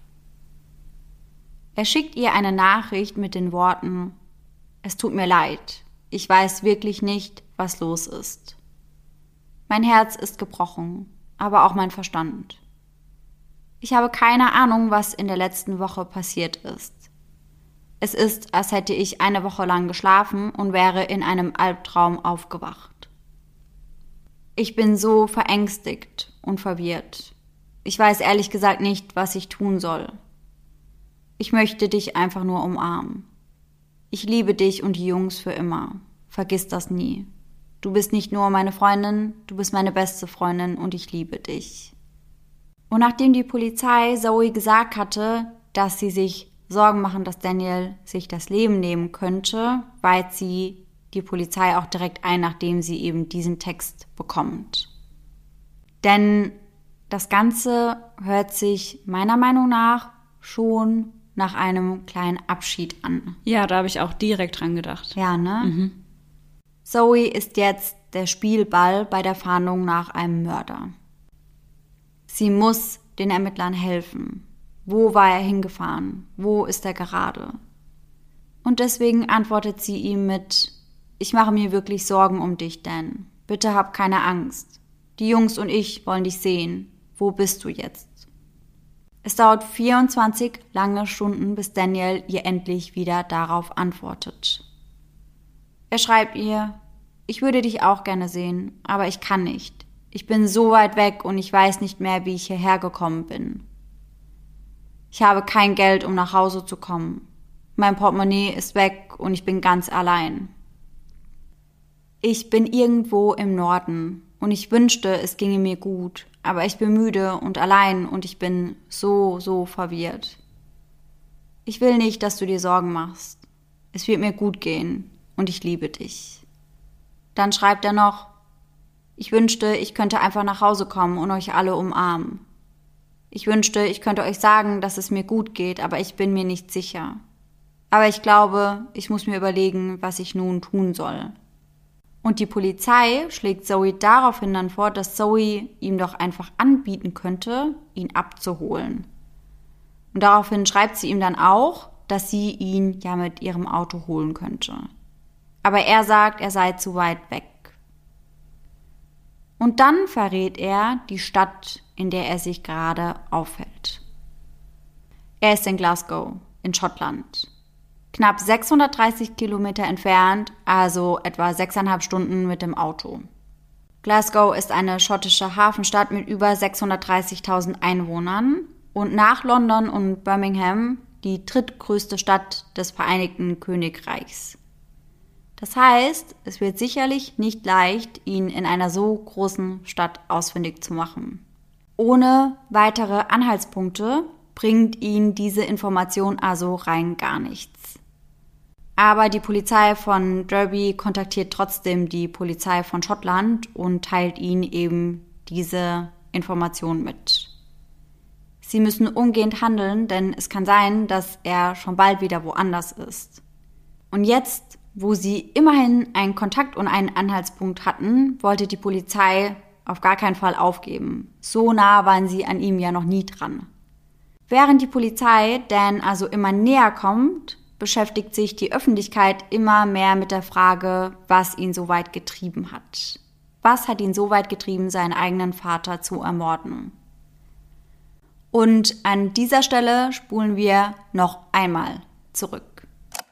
Er schickt ihr eine Nachricht mit den Worten: Es tut mir leid, ich weiß wirklich nicht, was los ist. Mein Herz ist gebrochen, aber auch mein Verstand. Ich habe keine Ahnung, was in der letzten Woche passiert ist. Es ist, als hätte ich eine Woche lang geschlafen und wäre in einem Albtraum aufgewacht. Ich bin so verängstigt und verwirrt. Ich weiß ehrlich gesagt nicht, was ich tun soll. Ich möchte dich einfach nur umarmen. Ich liebe dich und die Jungs für immer. Vergiss das nie. Du bist nicht nur meine Freundin, du bist meine beste Freundin und ich liebe dich. Und nachdem die Polizei Zoe gesagt hatte, dass sie sich Sorgen machen, dass Daniel sich das Leben nehmen könnte, weiht sie die Polizei auch direkt ein, nachdem sie eben diesen Text bekommt. Denn das Ganze hört sich meiner Meinung nach schon nach einem kleinen Abschied an. Ja, da habe ich auch direkt dran gedacht. Ja, ne? Zoe ist jetzt der Spielball bei der Fahndung nach einem Mörder. Sie muss den Ermittlern helfen. Wo war er hingefahren? Wo ist er gerade? Und deswegen antwortet sie ihm mit: Ich mache mir wirklich Sorgen um dich, Dan. Bitte hab keine Angst. Die Jungs und ich wollen dich sehen. Wo bist du jetzt? Es dauert 24 lange Stunden, bis Daniel ihr endlich wieder darauf antwortet. Er schreibt ihr: Ich würde dich auch gerne sehen, aber ich kann nicht. Ich bin so weit weg und ich weiß nicht mehr, wie ich hierher gekommen bin. Ich habe kein Geld, um nach Hause zu kommen. Mein Portemonnaie ist weg und ich bin ganz allein. Ich bin irgendwo im Norden und ich wünschte, es ginge mir gut, aber ich bin müde und allein und ich bin so verwirrt. Ich will nicht, dass du dir Sorgen machst. Es wird mir gut gehen und ich liebe dich. Dann schreibt er noch: Ich wünschte, ich könnte einfach nach Hause kommen und euch alle umarmen. Ich wünschte, ich könnte euch sagen, dass es mir gut geht, aber ich bin mir nicht sicher. Aber ich glaube, ich muss mir überlegen, was ich nun tun soll. Und die Polizei schlägt Zoe daraufhin dann vor, dass Zoe ihm doch einfach anbieten könnte, ihn abzuholen. Und daraufhin schreibt sie ihm dann auch, dass sie ihn ja mit ihrem Auto holen könnte. Aber er sagt, er sei zu weit weg. Und dann verrät er die Stadt, in der er sich gerade aufhält. Er ist in Glasgow, in Schottland. Knapp 630 Kilometer entfernt, also etwa 6,5 Stunden mit dem Auto. Glasgow ist eine schottische Hafenstadt mit über 630.000 Einwohnern und nach London und Birmingham die drittgrößte Stadt des Vereinigten Königreichs. Das heißt, es wird sicherlich nicht leicht, ihn in einer so großen Stadt ausfindig zu machen. Ohne weitere Anhaltspunkte bringt ihn diese Information also rein gar nichts. Aber die Polizei von Derby kontaktiert trotzdem die Polizei von Schottland und teilt ihnen eben diese Information mit. Sie müssen umgehend handeln, denn es kann sein, dass er schon bald wieder woanders ist. Und jetzt, wo sie immerhin einen Kontakt und einen Anhaltspunkt hatten, wollte die Polizei auf gar keinen Fall aufgeben. So nah waren sie an ihm ja noch nie dran. Während die Polizei Dan also immer näher kommt, beschäftigt sich die Öffentlichkeit immer mehr mit der Frage, was ihn so weit getrieben hat. Was hat ihn so weit getrieben, seinen eigenen Vater zu ermorden? Und an dieser Stelle spulen wir noch einmal zurück.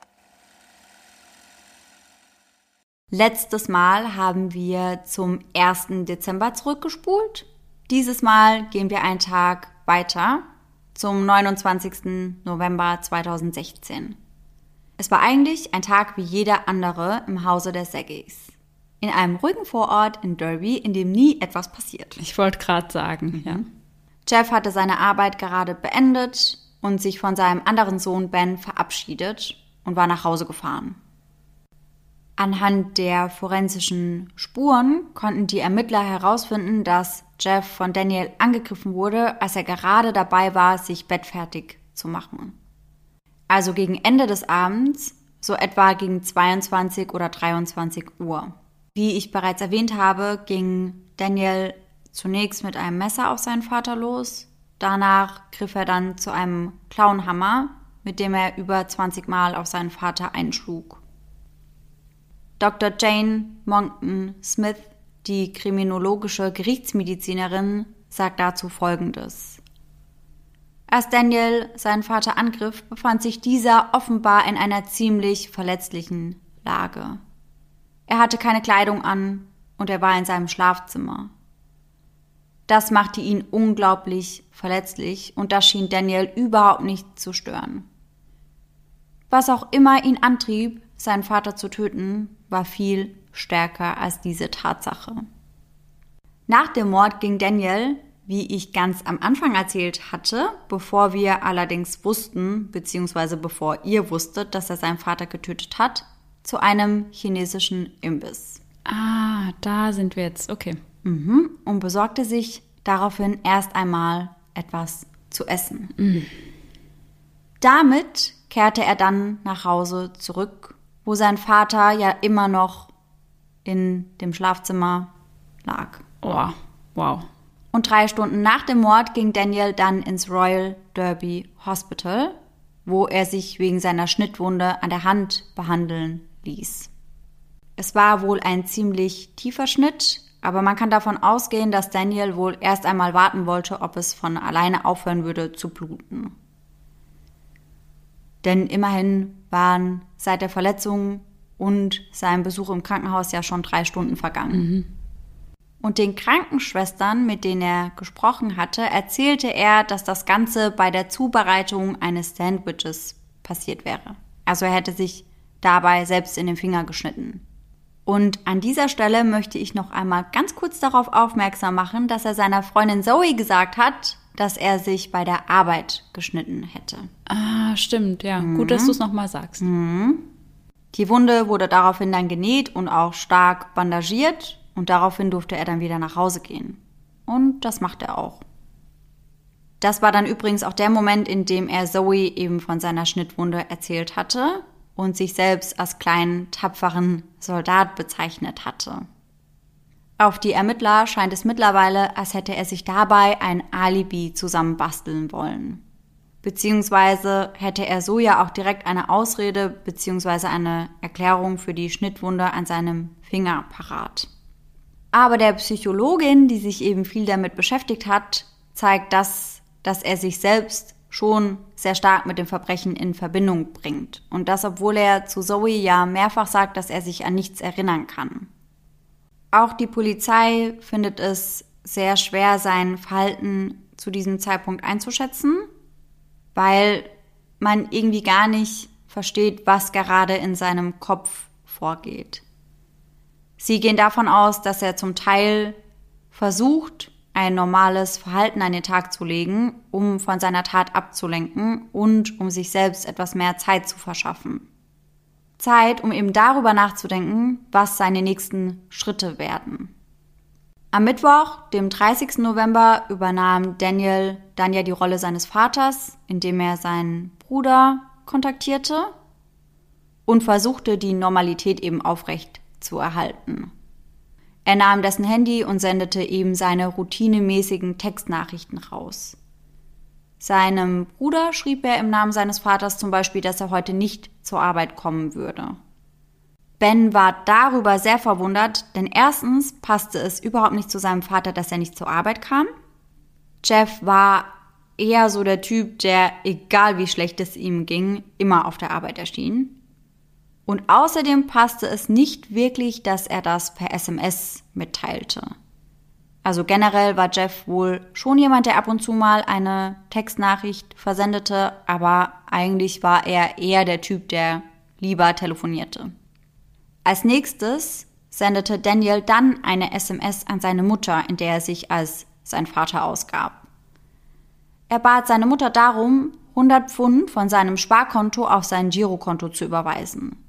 Letztes Mal haben wir zum 1. Dezember zurückgespult. Dieses Mal gehen wir einen Tag weiter zum 29. November 2016. Es war eigentlich ein Tag wie jeder andere im Hause der Seggeys. In einem ruhigen Vorort in Derby, in dem nie etwas passiert. Ich wollte gerade sagen, ja. Jeff hatte seine Arbeit gerade beendet und sich von seinem anderen Sohn Ben verabschiedet und war nach Hause gefahren. Anhand der forensischen Spuren konnten die Ermittler herausfinden, dass Jeff von Daniel angegriffen wurde, als er gerade dabei war, sich bettfertig zu machen. Also gegen Ende des Abends, so etwa gegen 22 oder 23 Uhr. Wie ich bereits erwähnt habe, ging Daniel zunächst mit einem Messer auf seinen Vater los. Danach griff er dann zu einem Klauenhammer, mit dem er über 20 Mal auf seinen Vater einschlug. Dr. Jane Monckton Smith, die kriminologische Gerichtsmedizinerin, sagt dazu Folgendes. Als Daniel seinen Vater angriff, befand sich dieser offenbar in einer ziemlich verletzlichen Lage. Er hatte keine Kleidung an und er war in seinem Schlafzimmer. Das machte ihn unglaublich verletzlich und das schien Daniel überhaupt nicht zu stören. Was auch immer ihn antrieb, seinen Vater zu töten, war viel stärker als diese Tatsache. Nach dem Mord ging Daniel, wie ich ganz am Anfang erzählt hatte, bevor wir allerdings wussten, beziehungsweise bevor ihr wusstet, dass er seinen Vater getötet hat, zu einem chinesischen Imbiss. Ah, da sind wir jetzt, okay. Und besorgte sich daraufhin erst einmal etwas zu essen. Damit kehrte er dann nach Hause zurück, wo sein Vater ja immer noch in dem Schlafzimmer lag. Oh, wow. Und 3 Stunden nach dem Mord ging Daniel dann ins Royal Derby Hospital, wo er sich wegen seiner Schnittwunde an der Hand behandeln ließ. Es war wohl ein ziemlich tiefer Schnitt, aber man kann davon ausgehen, dass Daniel wohl erst einmal warten wollte, ob es von alleine aufhören würde zu bluten. Denn immerhin waren seit der Verletzung und seinem Besuch im Krankenhaus ja schon 3 Stunden vergangen. Und den Krankenschwestern, mit denen er gesprochen hatte, erzählte er, dass das Ganze bei der Zubereitung eines Sandwiches passiert wäre. Also er hätte sich dabei selbst in den Finger geschnitten. Und an dieser Stelle möchte ich noch einmal ganz kurz darauf aufmerksam machen, dass er seiner Freundin Zoe gesagt hat, dass er sich bei der Arbeit geschnitten hätte. Ah, stimmt, ja. Gut, dass du es nochmal sagst. Die Wunde wurde daraufhin dann genäht und auch stark bandagiert und daraufhin durfte er dann wieder nach Hause gehen. Und das machte er auch. Das war dann übrigens auch der Moment, in dem er Zoe eben von seiner Schnittwunde erzählt hatte und sich selbst als kleinen, tapferen Soldat bezeichnet hatte. Auf die Ermittler scheint es mittlerweile, als hätte er sich dabei ein Alibi zusammenbasteln wollen. Beziehungsweise hätte er so ja auch direkt eine Ausrede beziehungsweise eine Erklärung für die Schnittwunde an seinem Finger parat. Aber der Psychologin, die sich eben viel damit beschäftigt hat, zeigt das, dass er sich selbst schon sehr stark mit dem Verbrechen in Verbindung bringt. Und das, obwohl er zu Zoe ja mehrfach sagt, dass er sich an nichts erinnern kann. Auch die Polizei findet es sehr schwer, sein Verhalten zu diesem Zeitpunkt einzuschätzen, weil man irgendwie gar nicht versteht, was gerade in seinem Kopf vorgeht. Sie gehen davon aus, dass er zum Teil versucht, ein normales Verhalten an den Tag zu legen, um von seiner Tat abzulenken und um sich selbst etwas mehr Zeit zu verschaffen. Zeit, um eben darüber nachzudenken, was seine nächsten Schritte werden. Am Mittwoch, dem 30. November, übernahm Daniel dann ja die Rolle seines Vaters, indem er seinen Bruder kontaktierte und versuchte, die Normalität eben aufrecht zu erhalten. Er nahm dessen Handy und sendete ihm seine routinemäßigen Textnachrichten raus. Seinem Bruder schrieb er im Namen seines Vaters zum Beispiel, dass er heute nicht zur Arbeit kommen würde. Ben war darüber sehr verwundert, denn erstens passte es überhaupt nicht zu seinem Vater, dass er nicht zur Arbeit kam. Jeff war eher so der Typ, der, egal wie schlecht es ihm ging, immer auf der Arbeit erschien. Und außerdem passte es nicht wirklich, dass er das per SMS mitteilte. Also generell war Jeff wohl schon jemand, der ab und zu mal eine Textnachricht versendete, aber eigentlich war er eher der Typ, der lieber telefonierte. Als nächstes sendete Daniel dann eine SMS an seine Mutter, in der er sich als sein Vater ausgab. Er bat seine Mutter darum, 100 Pfund von seinem Sparkonto auf sein Girokonto zu überweisen.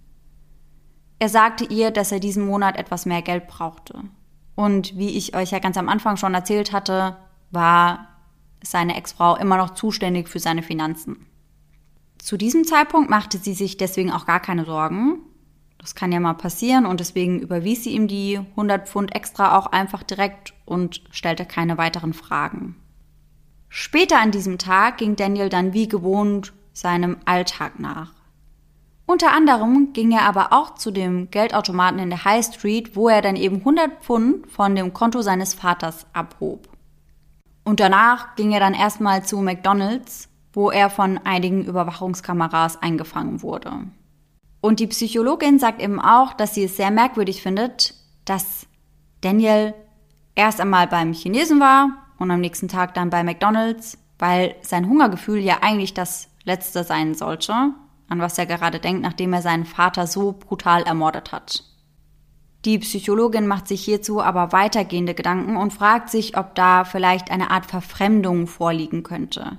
Er sagte ihr, dass er diesen Monat etwas mehr Geld brauchte. Und wie ich euch ja ganz am Anfang schon erzählt hatte, war seine Ex-Frau immer noch zuständig für seine Finanzen. Zu diesem Zeitpunkt machte sie sich deswegen auch gar keine Sorgen. Das kann ja mal passieren und deswegen überwies sie ihm die 100 Pfund extra auch einfach direkt und stellte keine weiteren Fragen. Später an diesem Tag ging Daniel dann wie gewohnt seinem Alltag nach. Unter anderem ging er aber auch zu dem Geldautomaten in der High Street, wo er dann eben 100 Pfund von dem Konto seines Vaters abhob. Und danach ging er dann erstmal zu McDonald's, wo er von einigen Überwachungskameras eingefangen wurde. Und die Psychologin sagt eben auch, dass sie es sehr merkwürdig findet, dass Daniel erst einmal beim Chinesen war und am nächsten Tag dann bei McDonald's, weil sein Hungergefühl ja eigentlich das Letzte sein sollte, an was er gerade denkt, nachdem er seinen Vater so brutal ermordet hat. Die Psychologin macht sich hierzu aber weitergehende Gedanken und fragt sich, ob da vielleicht eine Art Verfremdung vorliegen könnte.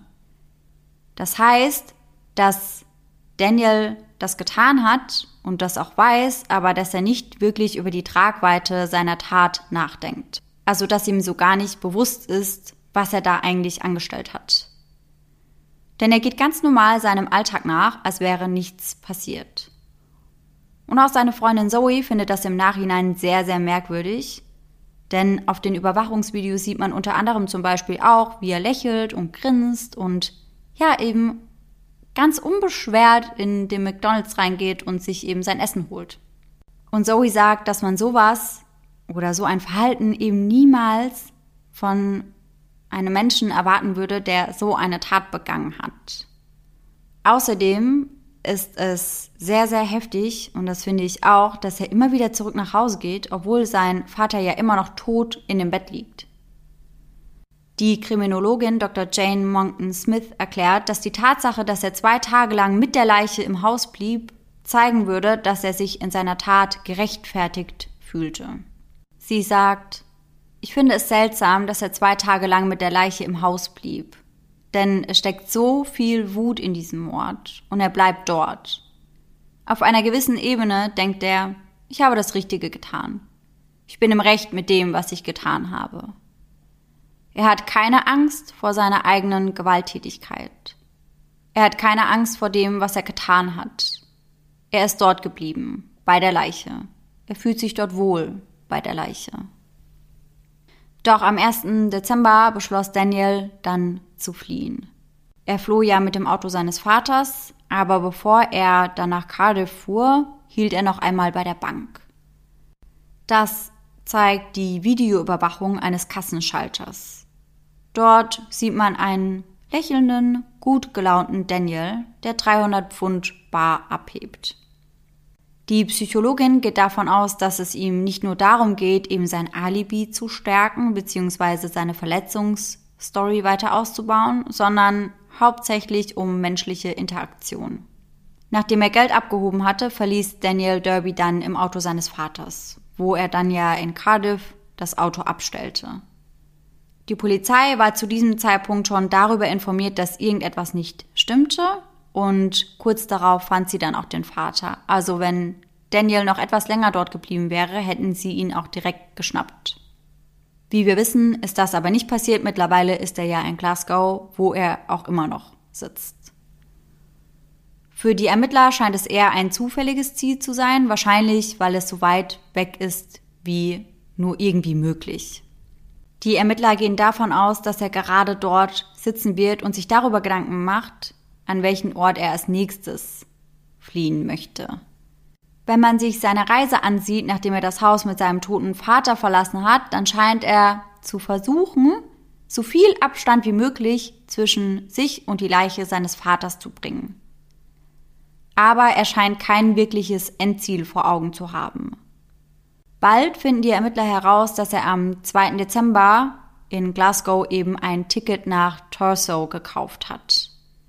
Das heißt, dass Daniel das getan hat und das auch weiß, aber dass er nicht wirklich über die Tragweite seiner Tat nachdenkt. Also dass ihm so gar nicht bewusst ist, was er da eigentlich angestellt hat. Denn er geht ganz normal seinem Alltag nach, als wäre nichts passiert. Und auch seine Freundin Zoe findet das im Nachhinein sehr, sehr merkwürdig. Denn auf den Überwachungsvideos sieht man unter anderem zum Beispiel auch, wie er lächelt und grinst und ja eben ganz unbeschwert in den McDonald's reingeht und sich eben sein Essen holt. Und Zoe sagt, dass man sowas oder so ein Verhalten eben niemals von einem Menschen erwarten würde, der so eine Tat begangen hat. Außerdem ist es sehr, sehr heftig, und das finde ich auch, dass er immer wieder zurück nach Hause geht, obwohl sein Vater ja immer noch tot in dem Bett liegt. Die Kriminologin Dr. Jane Monckton Smith erklärt, dass die Tatsache, dass er 2 Tage lang mit der Leiche im Haus blieb, zeigen würde, dass er sich in seiner Tat gerechtfertigt fühlte. Sie sagt: Ich finde es seltsam, dass er 2 Tage lang mit der Leiche im Haus blieb. Denn es steckt so viel Wut in diesem Mord und er bleibt dort. Auf einer gewissen Ebene denkt er, ich habe das Richtige getan. Ich bin im Recht mit dem, was ich getan habe. Er hat keine Angst vor seiner eigenen Gewalttätigkeit. Er hat keine Angst vor dem, was er getan hat. Er ist dort geblieben, bei der Leiche. Er fühlt sich dort wohl, bei der Leiche. Doch am 1. Dezember beschloss Daniel dann zu fliehen. Er floh ja mit dem Auto seines Vaters, aber bevor er dann nach Cardiff fuhr, hielt er noch einmal bei der Bank. Das zeigt die Videoüberwachung eines Kassenschalters. Dort sieht man einen lächelnden, gut gelaunten Daniel, der 300 Pfund bar abhebt. Die Psychologin geht davon aus, dass es ihm nicht nur darum geht, eben sein Alibi zu stärken bzw. seine Verletzungsstory weiter auszubauen, sondern hauptsächlich um menschliche Interaktion. Nachdem er Geld abgehoben hatte, verließ Daniel Derby dann im Auto seines Vaters, wo er dann ja in Cardiff das Auto abstellte. Die Polizei war zu diesem Zeitpunkt schon darüber informiert, dass irgendetwas nicht stimmte, und kurz darauf fand sie dann auch den Vater. Also wenn Daniel noch etwas länger dort geblieben wäre, hätten sie ihn auch direkt geschnappt. Wie wir wissen, ist das aber nicht passiert. Mittlerweile ist er ja in Glasgow, wo er auch immer noch sitzt. Für die Ermittler scheint es eher ein zufälliges Ziel zu sein, wahrscheinlich weil es so weit weg ist wie nur irgendwie möglich. Die Ermittler gehen davon aus, dass er gerade dort sitzen wird und sich darüber Gedanken macht, an welchen Ort er als nächstes fliehen möchte. Wenn man sich seine Reise ansieht, nachdem er das Haus mit seinem toten Vater verlassen hat, dann scheint er zu versuchen, so viel Abstand wie möglich zwischen sich und die Leiche seines Vaters zu bringen. Aber er scheint kein wirkliches Endziel vor Augen zu haben. Bald finden die Ermittler heraus, dass er am 2. Dezember in Glasgow eben ein Ticket nach Thurso gekauft hat.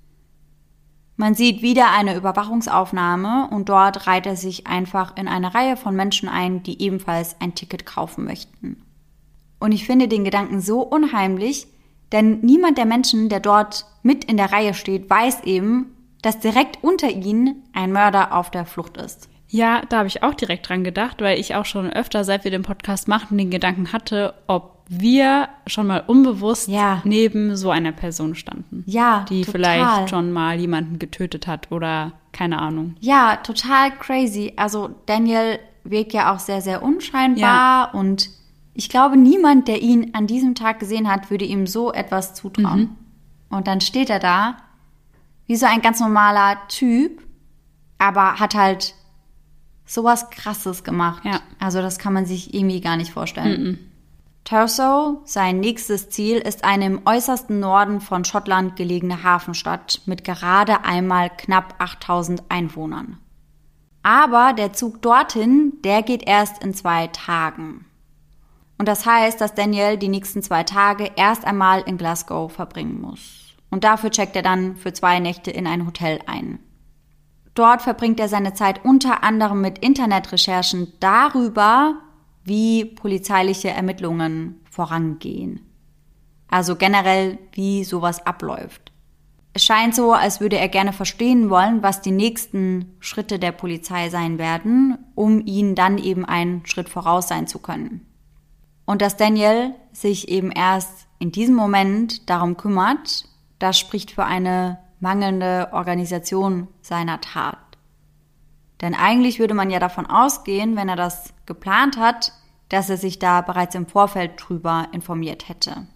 Man sieht wieder eine Überwachungsaufnahme und dort reiht er sich einfach in eine Reihe von Menschen ein, die ebenfalls ein Ticket kaufen möchten. Und ich finde den Gedanken so unheimlich, denn niemand der Menschen, der dort mit in der Reihe steht, weiß eben, dass direkt unter ihnen ein Mörder auf der Flucht ist. Ja, da habe ich auch direkt dran gedacht, weil ich auch schon öfter, seit wir den Podcast machen, den Gedanken hatte, ob wir schon mal unbewusst neben so einer Person standen. Ja, die total. Vielleicht schon mal jemanden getötet hat oder keine Ahnung. Ja, total crazy. Also Daniel wirkt ja auch sehr, sehr unscheinbar und ich glaube, niemand, der ihn an diesem Tag gesehen hat, würde ihm so etwas zutrauen. Und dann steht er da wie so ein ganz normaler Typ, aber hat halt sowas Krasses gemacht. Ja. Also das kann man sich irgendwie gar nicht vorstellen. Thurso, sein nächstes Ziel, ist eine im äußersten Norden von Schottland gelegene Hafenstadt mit gerade einmal knapp 8000 Einwohnern. Aber der Zug dorthin, der geht erst in 2 Tagen. Und das heißt, dass Daniel die nächsten 2 Tage erst einmal in Glasgow verbringen muss. Und dafür checkt er dann für 2 Nächte in ein Hotel ein. Dort verbringt er seine Zeit unter anderem mit Internetrecherchen darüber, wie polizeiliche Ermittlungen vorangehen. Also generell, wie sowas abläuft. Es scheint so, als würde er gerne verstehen wollen, was die nächsten Schritte der Polizei sein werden, um ihnen dann eben einen Schritt voraus sein zu können. Und dass Daniel sich eben erst in diesem Moment darum kümmert, das spricht für eine mangelnde Organisation seiner Tat. Denn eigentlich würde man ja davon ausgehen, wenn er das geplant hat, dass er sich da bereits im Vorfeld drüber informiert hätte.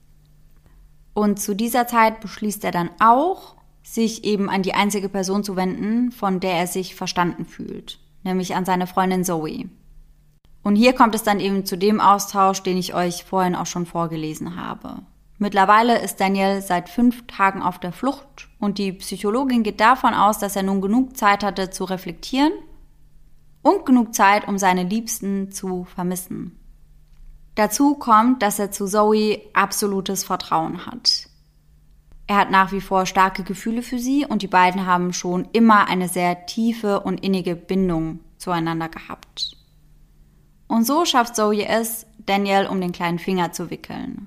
Und zu dieser Zeit beschließt er dann auch, sich eben an die einzige Person zu wenden, von der er sich verstanden fühlt, nämlich an seine Freundin Zoe. Und hier kommt es dann eben zu dem Austausch, den ich euch vorhin auch schon vorgelesen habe. Mittlerweile ist Daniel seit 5 Tagen auf der Flucht und die Psychologin geht davon aus, dass er nun genug Zeit hatte zu reflektieren und genug Zeit, um seine Liebsten zu vermissen. Dazu kommt, dass er zu Zoe absolutes Vertrauen hat. Er hat nach wie vor starke Gefühle für sie und die beiden haben schon immer eine sehr tiefe und innige Bindung zueinander gehabt. Und so schafft Zoe es, Daniel um den kleinen Finger zu wickeln.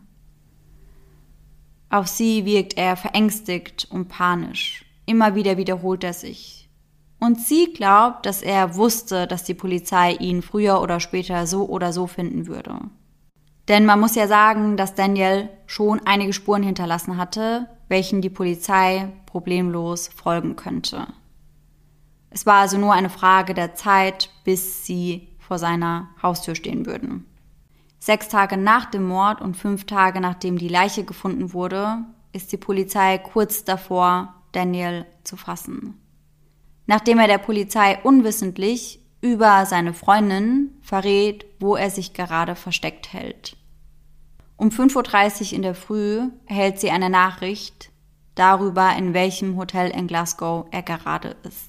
Auf sie wirkt er verängstigt und panisch. Immer wieder wiederholt er sich. Und sie glaubt, dass er wusste, dass die Polizei ihn früher oder später so oder so finden würde. Denn man muss ja sagen, dass Daniel schon einige Spuren hinterlassen hatte, welchen die Polizei problemlos folgen könnte. Es war also nur eine Frage der Zeit, bis sie vor seiner Haustür stehen würden. 6 Tage nach dem Mord und 5 Tage nachdem die Leiche gefunden wurde, ist die Polizei kurz davor, Daniel zu fassen. Nachdem er der Polizei unwissentlich über seine Freundin verrät, wo er sich gerade versteckt hält. Um 5:30 Uhr in der Früh erhält sie eine Nachricht darüber, in welchem Hotel in Glasgow er gerade ist.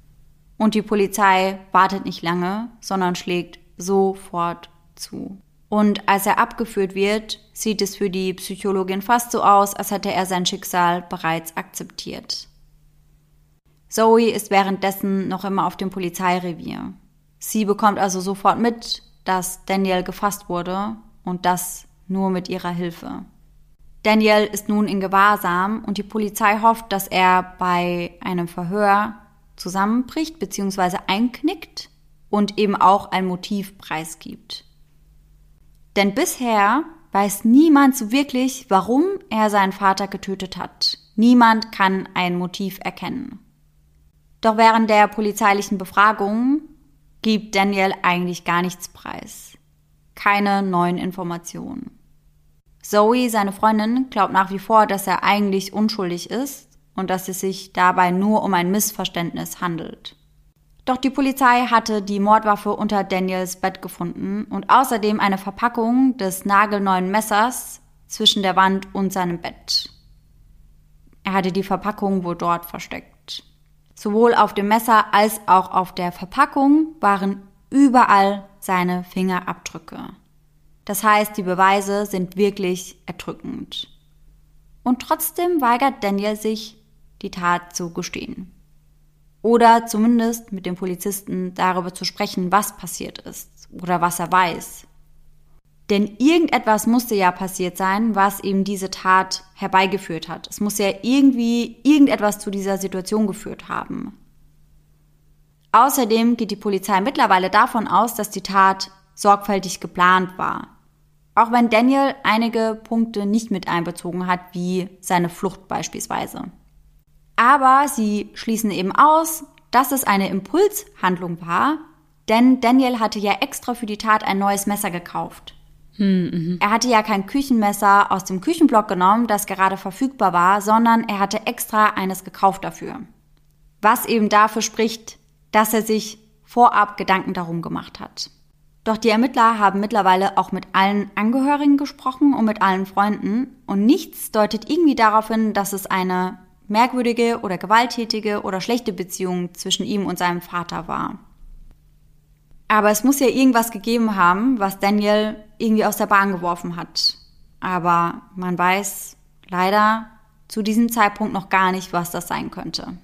Und die Polizei wartet nicht lange, sondern schlägt sofort zu. Und als er abgeführt wird, sieht es für die Psychologin fast so aus, als hätte er sein Schicksal bereits akzeptiert. Zoe ist währenddessen noch immer auf dem Polizeirevier. Sie bekommt also sofort mit, dass Daniel gefasst wurde und das nur mit ihrer Hilfe. Daniel ist nun in Gewahrsam und die Polizei hofft, dass er bei einem Verhör zusammenbricht bzw. einknickt und eben auch ein Motiv preisgibt. Denn bisher weiß niemand so wirklich, warum er seinen Vater getötet hat. Niemand kann ein Motiv erkennen. Doch während der polizeilichen Befragung gibt Daniel eigentlich gar nichts preis. Keine neuen Informationen. Zoe, seine Freundin, glaubt nach wie vor, dass er eigentlich unschuldig ist und dass es sich dabei nur um ein Missverständnis handelt. Doch die Polizei hatte die Mordwaffe unter Daniels Bett gefunden und außerdem eine Verpackung des nagelneuen Messers zwischen der Wand und seinem Bett. Er hatte die Verpackung wohl dort versteckt. Sowohl auf dem Messer als auch auf der Verpackung waren überall seine Fingerabdrücke. Das heißt, die Beweise sind wirklich erdrückend. Und trotzdem weigert Daniel sich, die Tat zu gestehen. Oder zumindest mit dem Polizisten darüber zu sprechen, was passiert ist oder was er weiß. Denn irgendetwas musste ja passiert sein, was eben diese Tat herbeigeführt hat. Es muss ja irgendwie irgendetwas zu dieser Situation geführt haben. Außerdem geht die Polizei mittlerweile davon aus, dass die Tat sorgfältig geplant war. Auch wenn Daniel einige Punkte nicht mit einbezogen hat, wie seine Flucht beispielsweise. Aber sie schließen eben aus, dass es eine Impulshandlung war, denn Daniel hatte ja extra für die Tat ein neues Messer gekauft. Er hatte ja kein Küchenmesser aus dem Küchenblock genommen, das gerade verfügbar war, sondern er hatte extra eines gekauft dafür. Was eben dafür spricht, dass er sich vorab Gedanken darum gemacht hat. Doch die Ermittler haben mittlerweile auch mit allen Angehörigen gesprochen und mit allen Freunden und nichts deutet irgendwie darauf hin, dass es eine merkwürdige oder gewalttätige oder schlechte Beziehung zwischen ihm und seinem Vater war. Aber es muss ja irgendwas gegeben haben, was Daniel irgendwie aus der Bahn geworfen hat. Aber man weiß leider zu diesem Zeitpunkt noch gar nicht, was das sein könnte.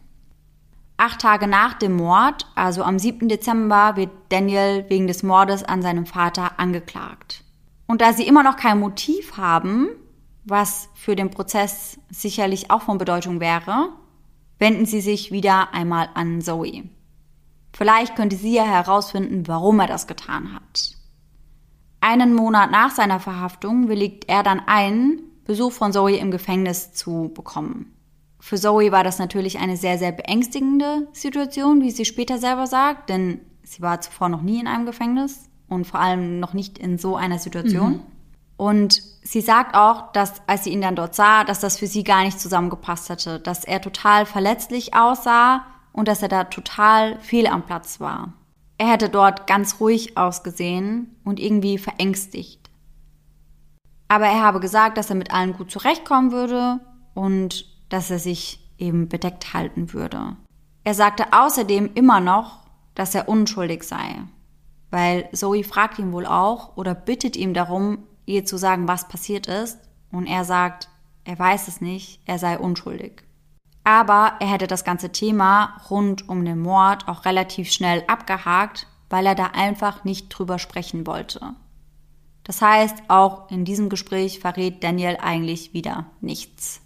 8 Tage nach dem Mord, also am 7. Dezember, wird Daniel wegen des Mordes an seinem Vater angeklagt. Und da sie immer noch kein Motiv haben, was für den Prozess sicherlich auch von Bedeutung wäre, wenden sie sich wieder einmal an Zoe. Vielleicht könnte sie ja herausfinden, warum er das getan hat. Einen Monat nach seiner Verhaftung willigt er dann ein, Besuch von Zoe im Gefängnis zu bekommen. Für Zoe war das natürlich eine sehr, sehr beängstigende Situation, wie sie später selber sagt, denn sie war zuvor noch nie in einem Gefängnis und vor allem noch nicht in so einer Situation. Und sie sagt auch, dass, als sie ihn dann dort sah, dass das für sie gar nicht zusammengepasst hatte, dass er total verletzlich aussah und dass er da total fehl am Platz war. Er hätte dort ganz ruhig ausgesehen und irgendwie verängstigt. Aber er habe gesagt, dass er mit allen gut zurechtkommen würde und dass er sich eben bedeckt halten würde. Er sagte außerdem immer noch, dass er unschuldig sei, weil Zoe fragt ihn wohl auch oder bittet ihn darum, ihr zu sagen, was passiert ist, und er sagt, er weiß es nicht, er sei unschuldig. Aber er hätte das ganze Thema rund um den Mord auch relativ schnell abgehakt, weil er da einfach nicht drüber sprechen wollte. Das heißt, auch in diesem Gespräch verrät Daniel eigentlich wieder nichts.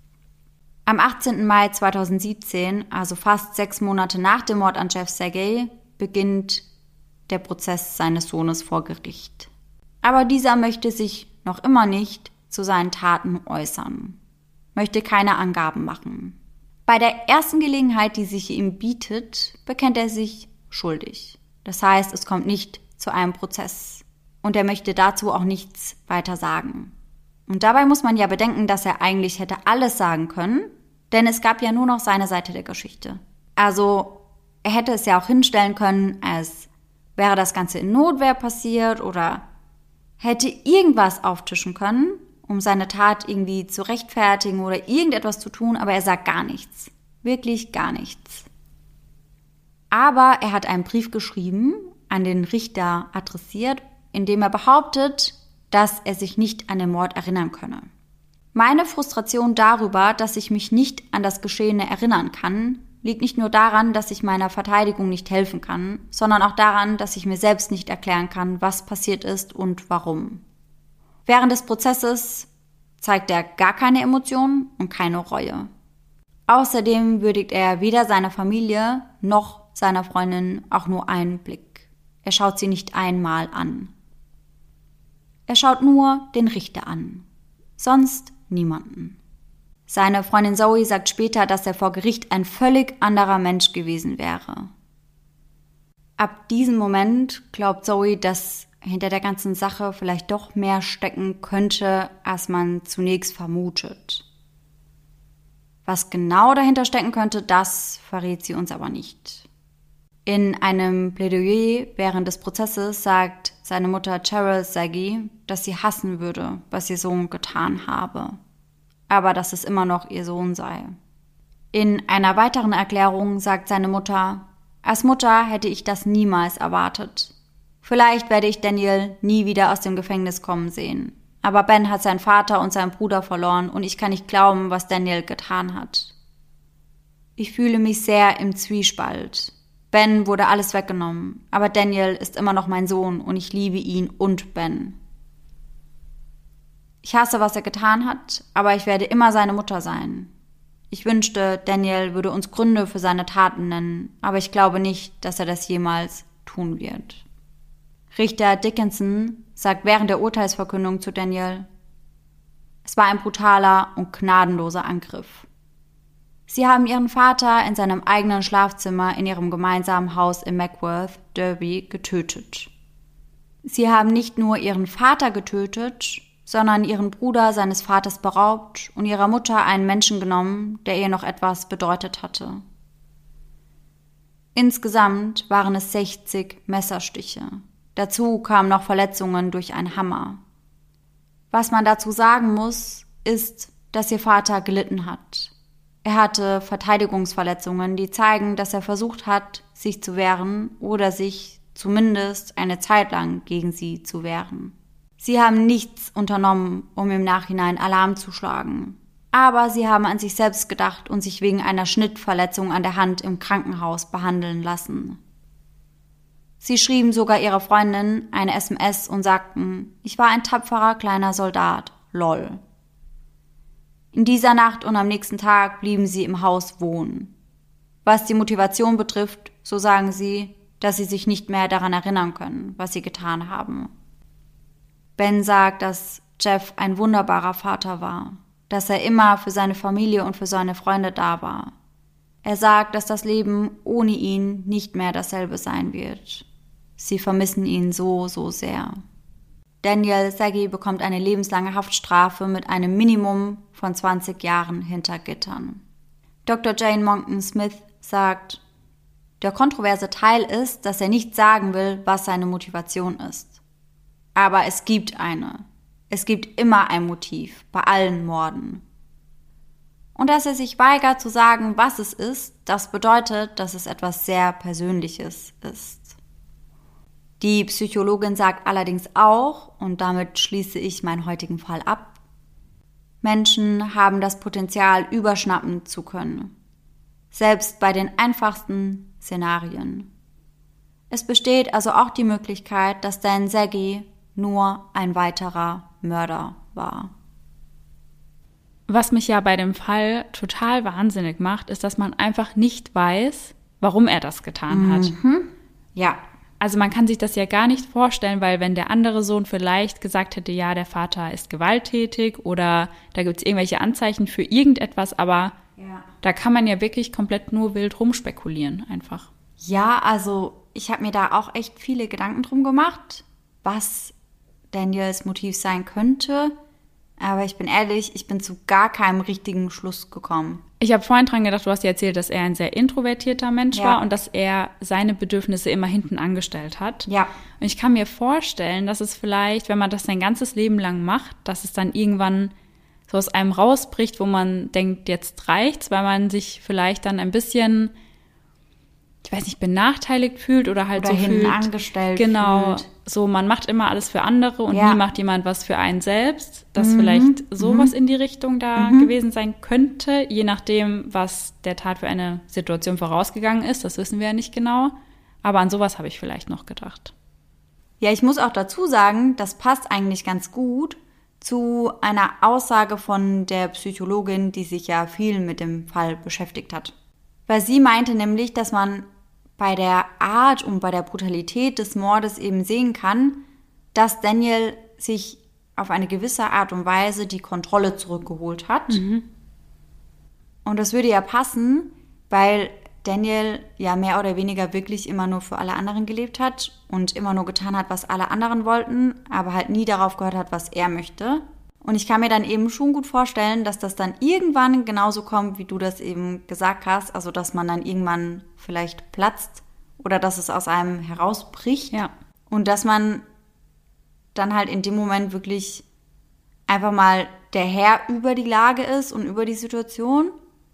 Am 18. Mai 2017, also fast 6 Monate nach dem Mord an Jeff Sergei, beginnt der Prozess seines Sohnes vor Gericht. Aber dieser möchte sich noch immer nicht zu seinen Taten äußern, möchte keine Angaben machen. Bei der ersten Gelegenheit, die sich ihm bietet, bekennt er sich schuldig. Das heißt, es kommt nicht zu einem Prozess und er möchte dazu auch nichts weiter sagen. Und dabei muss man ja bedenken, dass er eigentlich hätte alles sagen können, denn es gab ja nur noch seine Seite der Geschichte. Also er hätte es ja auch hinstellen können, als wäre das Ganze in Notwehr passiert oder hätte irgendwas auftischen können, um seine Tat irgendwie zu rechtfertigen oder irgendetwas zu tun, aber er sagt gar nichts. Wirklich gar nichts. Aber er hat einen Brief geschrieben, an den Richter adressiert indem er behauptet, dass er sich nicht an den Mord erinnern könne. Meine Frustration darüber, dass ich mich nicht an das Geschehene erinnern kann, liegt nicht nur daran, dass ich meiner Verteidigung nicht helfen kann, sondern auch daran, dass ich mir selbst nicht erklären kann, was passiert ist und warum. Während des Prozesses zeigt er gar keine Emotionen und keine Reue. Außerdem würdigt er weder seiner Familie noch seiner Freundin auch nur einen Blick. Er schaut sie nicht einmal an. Er schaut nur den Richter an, sonst niemanden. Seine Freundin Zoe sagt später, dass er vor Gericht ein völlig anderer Mensch gewesen wäre. Ab diesem Moment glaubt Zoe, dass hinter der ganzen Sache vielleicht doch mehr stecken könnte, als man zunächst vermutet. Was genau dahinter stecken könnte, das verrät sie uns aber nicht. In einem Plädoyer während des Prozesses sagt seine Mutter Cheryl Zaghi, dass sie hassen würde, was ihr Sohn getan habe, aber dass es immer noch ihr Sohn sei. In einer weiteren Erklärung sagt seine Mutter: Als Mutter hätte ich das niemals erwartet. Vielleicht werde ich Daniel nie wieder aus dem Gefängnis kommen sehen. Aber Ben hat seinen Vater und seinen Bruder verloren und ich kann nicht glauben, was Daniel getan hat. Ich fühle mich sehr im Zwiespalt. Ben wurde alles weggenommen, aber Daniel ist immer noch mein Sohn und ich liebe ihn und Ben. Ich hasse, was er getan hat, aber ich werde immer seine Mutter sein. Ich wünschte, Daniel würde uns Gründe für seine Taten nennen, aber ich glaube nicht, dass er das jemals tun wird. Richter Dickinson sagt während der Urteilsverkündung zu Daniel: Es war ein brutaler und gnadenloser Angriff. Sie haben ihren Vater in seinem eigenen Schlafzimmer in ihrem gemeinsamen Haus in Mackworth, Derby, getötet. Sie haben nicht nur ihren Vater getötet, sondern ihren Bruder seines Vaters beraubt und ihrer Mutter einen Menschen genommen, der ihr noch etwas bedeutet hatte. Insgesamt waren es 60 Messerstiche. Dazu kamen noch Verletzungen durch einen Hammer. Was man dazu sagen muss, ist, dass ihr Vater gelitten hat. Er hatte Verteidigungsverletzungen, die zeigen, dass er versucht hat, sich zu wehren oder sich zumindest eine Zeit lang gegen sie zu wehren. Sie haben nichts unternommen, um im Nachhinein Alarm zu schlagen. Aber sie haben an sich selbst gedacht und sich wegen einer Schnittverletzung an der Hand im Krankenhaus behandeln lassen. Sie schrieben sogar ihrer Freundin eine SMS und sagten: Ich war ein tapferer kleiner Soldat, lol. In dieser Nacht und am nächsten Tag blieben sie im Haus wohnen. Was die Motivation betrifft, so sagen sie, dass sie sich nicht mehr daran erinnern können, was sie getan haben. Ben sagt, dass Jeff ein wunderbarer Vater war, dass er immer für seine Familie und für seine Freunde da war. Er sagt, dass das Leben ohne ihn nicht mehr dasselbe sein wird. Sie vermissen ihn so, so sehr. Daniel Zaghi bekommt eine lebenslange Haftstrafe mit einem Minimum von 20 Jahren hinter Gittern. Dr. Jane Monckton Smith sagt: Der kontroverse Teil ist, dass er nicht sagen will, was seine Motivation ist. Aber es gibt eine. Es gibt immer ein Motiv bei allen Morden. Und dass er sich weigert zu sagen, was es ist, das bedeutet, dass es etwas sehr Persönliches ist. Die Psychologin sagt allerdings auch, und damit schließe ich meinen heutigen Fall ab: Menschen haben das Potenzial, überschnappen zu können. Selbst bei den einfachsten Szenarien. Es besteht also auch die Möglichkeit, dass Dan Zaghi nur ein weiterer Mörder war. Was mich ja bei dem Fall total wahnsinnig macht, ist, dass man einfach nicht weiß, warum er das getan hat. Ja. Also man kann sich das ja gar nicht vorstellen, weil wenn der andere Sohn vielleicht gesagt hätte, ja, der Vater ist gewalttätig oder da gibt es irgendwelche Anzeichen für irgendetwas, aber da kann man ja wirklich komplett nur wild rumspekulieren einfach. Ja, also ich habe mir da auch echt viele Gedanken drum gemacht, was Daniels Motiv sein könnte. Aber ich bin ehrlich, ich bin zu gar keinem richtigen Schluss gekommen. Ich habe vorhin dran gedacht, du hast ja erzählt, dass er ein sehr introvertierter Mensch war und dass er seine Bedürfnisse immer hinten angestellt hat. Ja. Und ich kann mir vorstellen, dass es vielleicht, wenn man das sein ganzes Leben lang macht, dass es dann irgendwann so aus einem rausbricht, wo man denkt, jetzt reicht's, weil man sich vielleicht dann ein bisschen ich weiß nicht, benachteiligt fühlt oder halt oder so hinten fühlt. angestellt Genau, fühlt. so man macht immer alles für andere und Ja. nie macht jemand was für einen selbst. Dass vielleicht sowas in die Richtung da gewesen sein könnte, je nachdem, was der Tat für eine Situation vorausgegangen ist. Das wissen wir ja nicht genau. Aber an sowas habe ich vielleicht noch gedacht. Ja, ich muss auch dazu sagen, das passt eigentlich ganz gut zu einer Aussage von der Psychologin, die sich ja viel mit dem Fall beschäftigt hat. Weil sie meinte nämlich, dass man bei der Art und bei der Brutalität des Mordes eben sehen kann, dass Daniel sich auf eine gewisse Art und Weise die Kontrolle zurückgeholt hat. Und das würde ja passen, weil Daniel ja mehr oder weniger wirklich immer nur für alle anderen gelebt hat und immer nur getan hat, was alle anderen wollten, aber halt nie darauf gehört hat, was er möchte. Und ich kann mir dann eben schon gut vorstellen, dass das dann irgendwann genauso kommt, wie du das eben gesagt hast. Also, dass man dann irgendwann vielleicht platzt oder dass es aus einem herausbricht. Ja. Und dass man dann halt in dem Moment wirklich einfach mal der Herr über die Lage ist und über die Situation.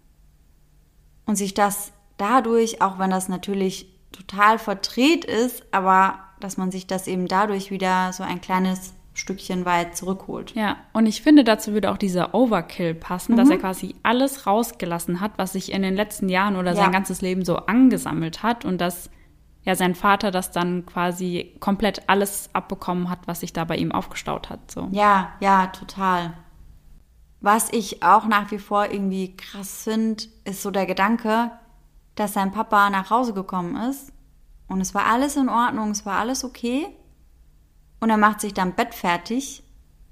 Und sich das dadurch, auch wenn das natürlich total verdreht ist, aber dass man sich das eben dadurch wieder so ein kleines Stückchen weit zurückholt. Ja, und ich finde, dazu würde auch dieser Overkill passen, dass er quasi alles rausgelassen hat, was sich in den letzten Jahren oder sein ganzes Leben so angesammelt hat und dass ja sein Vater das dann quasi komplett alles abbekommen hat, was sich da bei ihm aufgestaut hat. So. Ja, ja, total. Was ich auch nach wie vor irgendwie krass finde, ist so der Gedanke, dass sein Papa nach Hause gekommen ist und es war alles in Ordnung, es war alles okay und er macht sich dann Bett fertig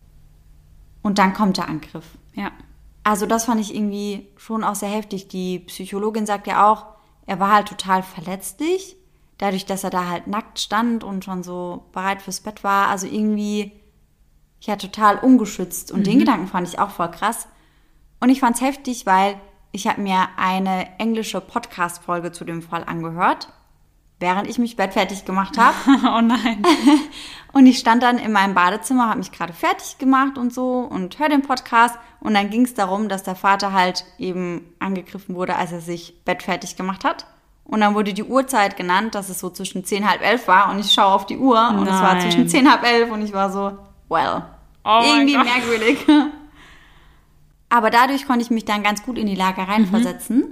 und dann kommt der Angriff. Ja. Also das fand ich irgendwie schon auch sehr heftig. Die Psychologin sagt ja auch, er war halt total verletzlich, dadurch, dass er da halt nackt stand und schon so bereit fürs Bett war. Also irgendwie, ja, total ungeschützt. Und den Gedanken fand ich auch voll krass. Und ich fand's heftig, weil ich habe mir eine englische Podcast-Folge zu dem Fall angehört, während ich mich bettfertig gemacht habe. Oh nein. Und ich stand dann in meinem Badezimmer, habe mich gerade fertig gemacht und so und höre den Podcast. Und dann ging es darum, dass der Vater halt eben angegriffen wurde, als er sich bettfertig gemacht hat. Und dann wurde die Uhrzeit genannt, dass es so zwischen 10, halb 11 war. Und ich schaue auf die Uhr und es war zwischen 10, halb 11 und ich war so, well, irgendwie merkwürdig. Aber dadurch konnte ich mich dann ganz gut in die Lage reinversetzen,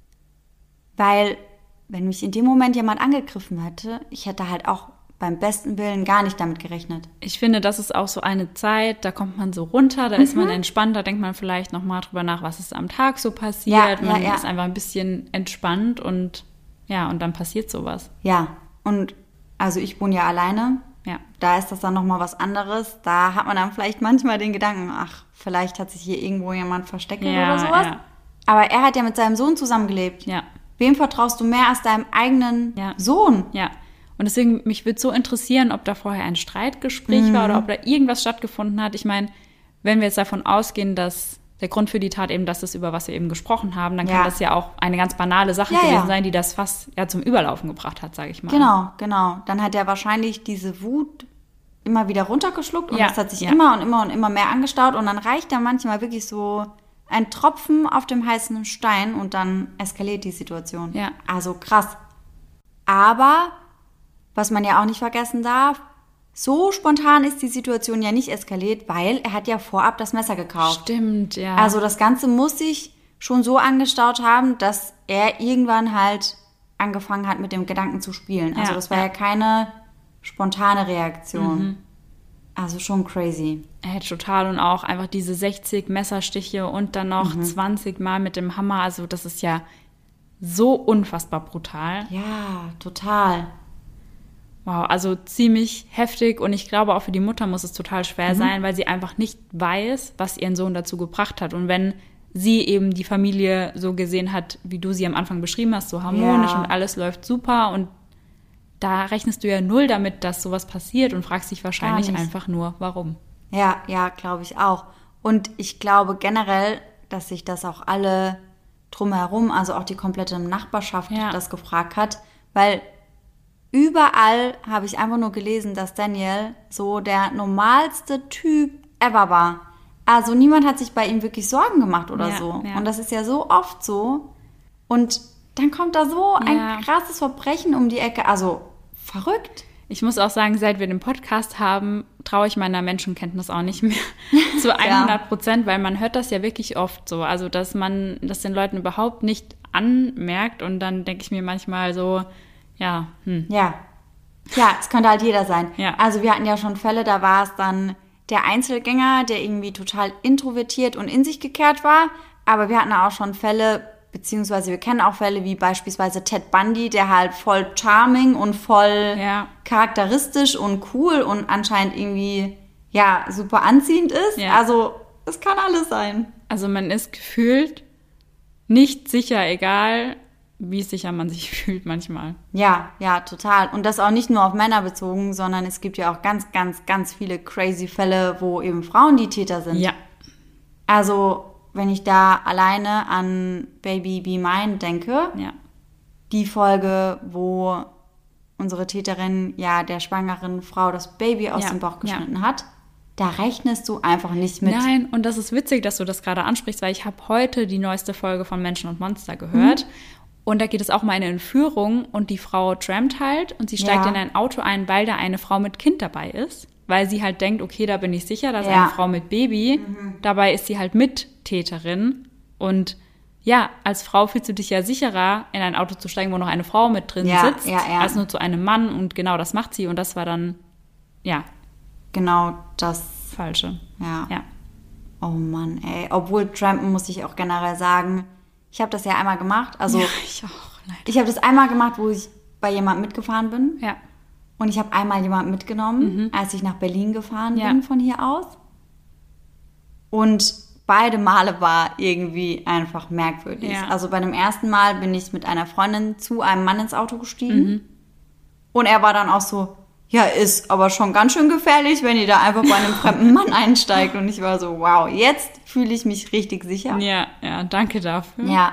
weil wenn mich in dem Moment jemand angegriffen hätte, ich hätte halt auch beim besten Willen gar nicht damit gerechnet. Ich finde, das ist auch so eine Zeit, da kommt man so runter, da ist man entspannt, da denkt man vielleicht nochmal drüber nach, was ist am Tag so passiert. Man ist einfach ein bisschen entspannt und ja, und dann passiert sowas. Ja, und also ich wohne ja alleine. Ja. Da ist das dann nochmal was anderes. Da hat man dann vielleicht manchmal den Gedanken, ach, vielleicht hat sich hier irgendwo jemand versteckt oder sowas. Ja. Aber er hat ja mit seinem Sohn zusammengelebt. Ja. Wem vertraust du mehr als deinem eigenen Sohn? Ja. Und deswegen, mich würde so interessieren, ob da vorher ein Streitgespräch war oder ob da irgendwas stattgefunden hat. Ich meine, wenn wir jetzt davon ausgehen, dass der Grund für die Tat eben das ist, über was wir eben gesprochen haben, dann kann das ja auch eine ganz banale Sache gewesen sein, die das fast zum Überlaufen gebracht hat, sage ich mal. Genau. Dann hat er wahrscheinlich diese Wut immer wieder runtergeschluckt und das hat sich immer und immer und immer mehr angestaut und dann reicht da manchmal wirklich so ein Tropfen auf dem heißen Stein und dann eskaliert die Situation. Ja. Also krass. Aber, was man ja auch nicht vergessen darf, so spontan ist die Situation ja nicht eskaliert, weil er hat ja vorab das Messer gekauft. Stimmt, ja. Also das Ganze muss sich schon so angestaut haben, dass er irgendwann halt angefangen hat, mit dem Gedanken zu spielen. Also das war ja keine spontane Reaktion. Also schon crazy. Total und auch einfach diese 60 Messerstiche und dann noch 20 Mal mit dem Hammer. Also das ist ja so unfassbar brutal. Ja, total. Wow, also ziemlich heftig und ich glaube auch für die Mutter muss es total schwer sein, weil sie einfach nicht weiß, was ihren Sohn dazu gebracht hat. Und wenn sie eben die Familie so gesehen hat, wie du sie am Anfang beschrieben hast, so harmonisch und alles läuft super und da rechnest du ja null damit, dass sowas passiert und fragst dich wahrscheinlich einfach nur, warum. Ja, glaube ich auch. Und ich glaube generell, dass sich das auch alle drumherum, also auch die komplette Nachbarschaft das gefragt hat, weil überall habe ich einfach nur gelesen, dass Daniel so der normalste Typ ever war. Also niemand hat sich bei ihm wirklich Sorgen gemacht oder so. Ja. Und das ist ja so oft so. Und dann kommt da so ein krasses Verbrechen um die Ecke. Also, verrückt. Ich muss auch sagen, seit wir den Podcast haben, traue ich meiner Menschenkenntnis auch nicht mehr zu 100%, weil man hört das ja wirklich oft so. Also, dass man das den Leuten überhaupt nicht anmerkt und dann denke ich mir manchmal so, Ja, es könnte halt jeder sein. Ja. Also, wir hatten ja schon Fälle, da war es dann der Einzelgänger, der irgendwie total introvertiert und in sich gekehrt war. Aber wir hatten auch schon Fälle, beziehungsweise wir kennen auch Fälle wie beispielsweise Ted Bundy, der halt voll charming und voll charakteristisch und cool und anscheinend irgendwie, super anziehend ist. Ja. Also, es kann alles sein. Also, man ist gefühlt nicht sicher, egal wie sicher man sich fühlt manchmal. Ja, total. Und das auch nicht nur auf Männer bezogen, sondern es gibt ja auch ganz, ganz, ganz viele crazy Fälle, wo eben Frauen die Täter sind. Ja. Also, wenn ich da alleine an Baby Be Mine denke, die Folge, wo unsere Täterin der schwangeren Frau das Baby aus dem Bauch geschnitten hat, da rechnest du einfach nicht mit. Nein, und das ist witzig, dass du das gerade ansprichst, weil ich habe heute die neueste Folge von Menschen und Monster gehört. Und da geht es auch um eine Entführung und die Frau trampt halt und sie steigt in ein Auto ein, weil da eine Frau mit Kind dabei ist. Weil sie halt denkt, okay, da bin ich sicher, da ist eine Frau mit Baby. Dabei ist sie halt Mittäterin. Und als Frau fühlst du dich ja sicherer, in ein Auto zu steigen, wo noch eine Frau mit drin sitzt, als nur zu einem Mann. Und genau das macht sie. Und das war dann, genau das Falsche. Ja. Oh Mann, ey. Obwohl trampen, muss ich auch generell sagen, ich habe das ja einmal gemacht. Also, ich auch, leider. Ich habe das einmal gemacht, wo ich bei jemandem mitgefahren bin. Ja. Und ich habe einmal jemanden mitgenommen, als ich nach Berlin gefahren bin von hier aus. Und beide Male war irgendwie einfach merkwürdig. Ja. Also bei dem ersten Mal bin ich mit einer Freundin zu einem Mann ins Auto gestiegen. Und er war dann auch so, ist aber schon ganz schön gefährlich, wenn ihr da einfach bei einem fremden Mann einsteigt. Und ich war so, wow, jetzt fühle ich mich richtig sicher. Ja, danke dafür. Ja.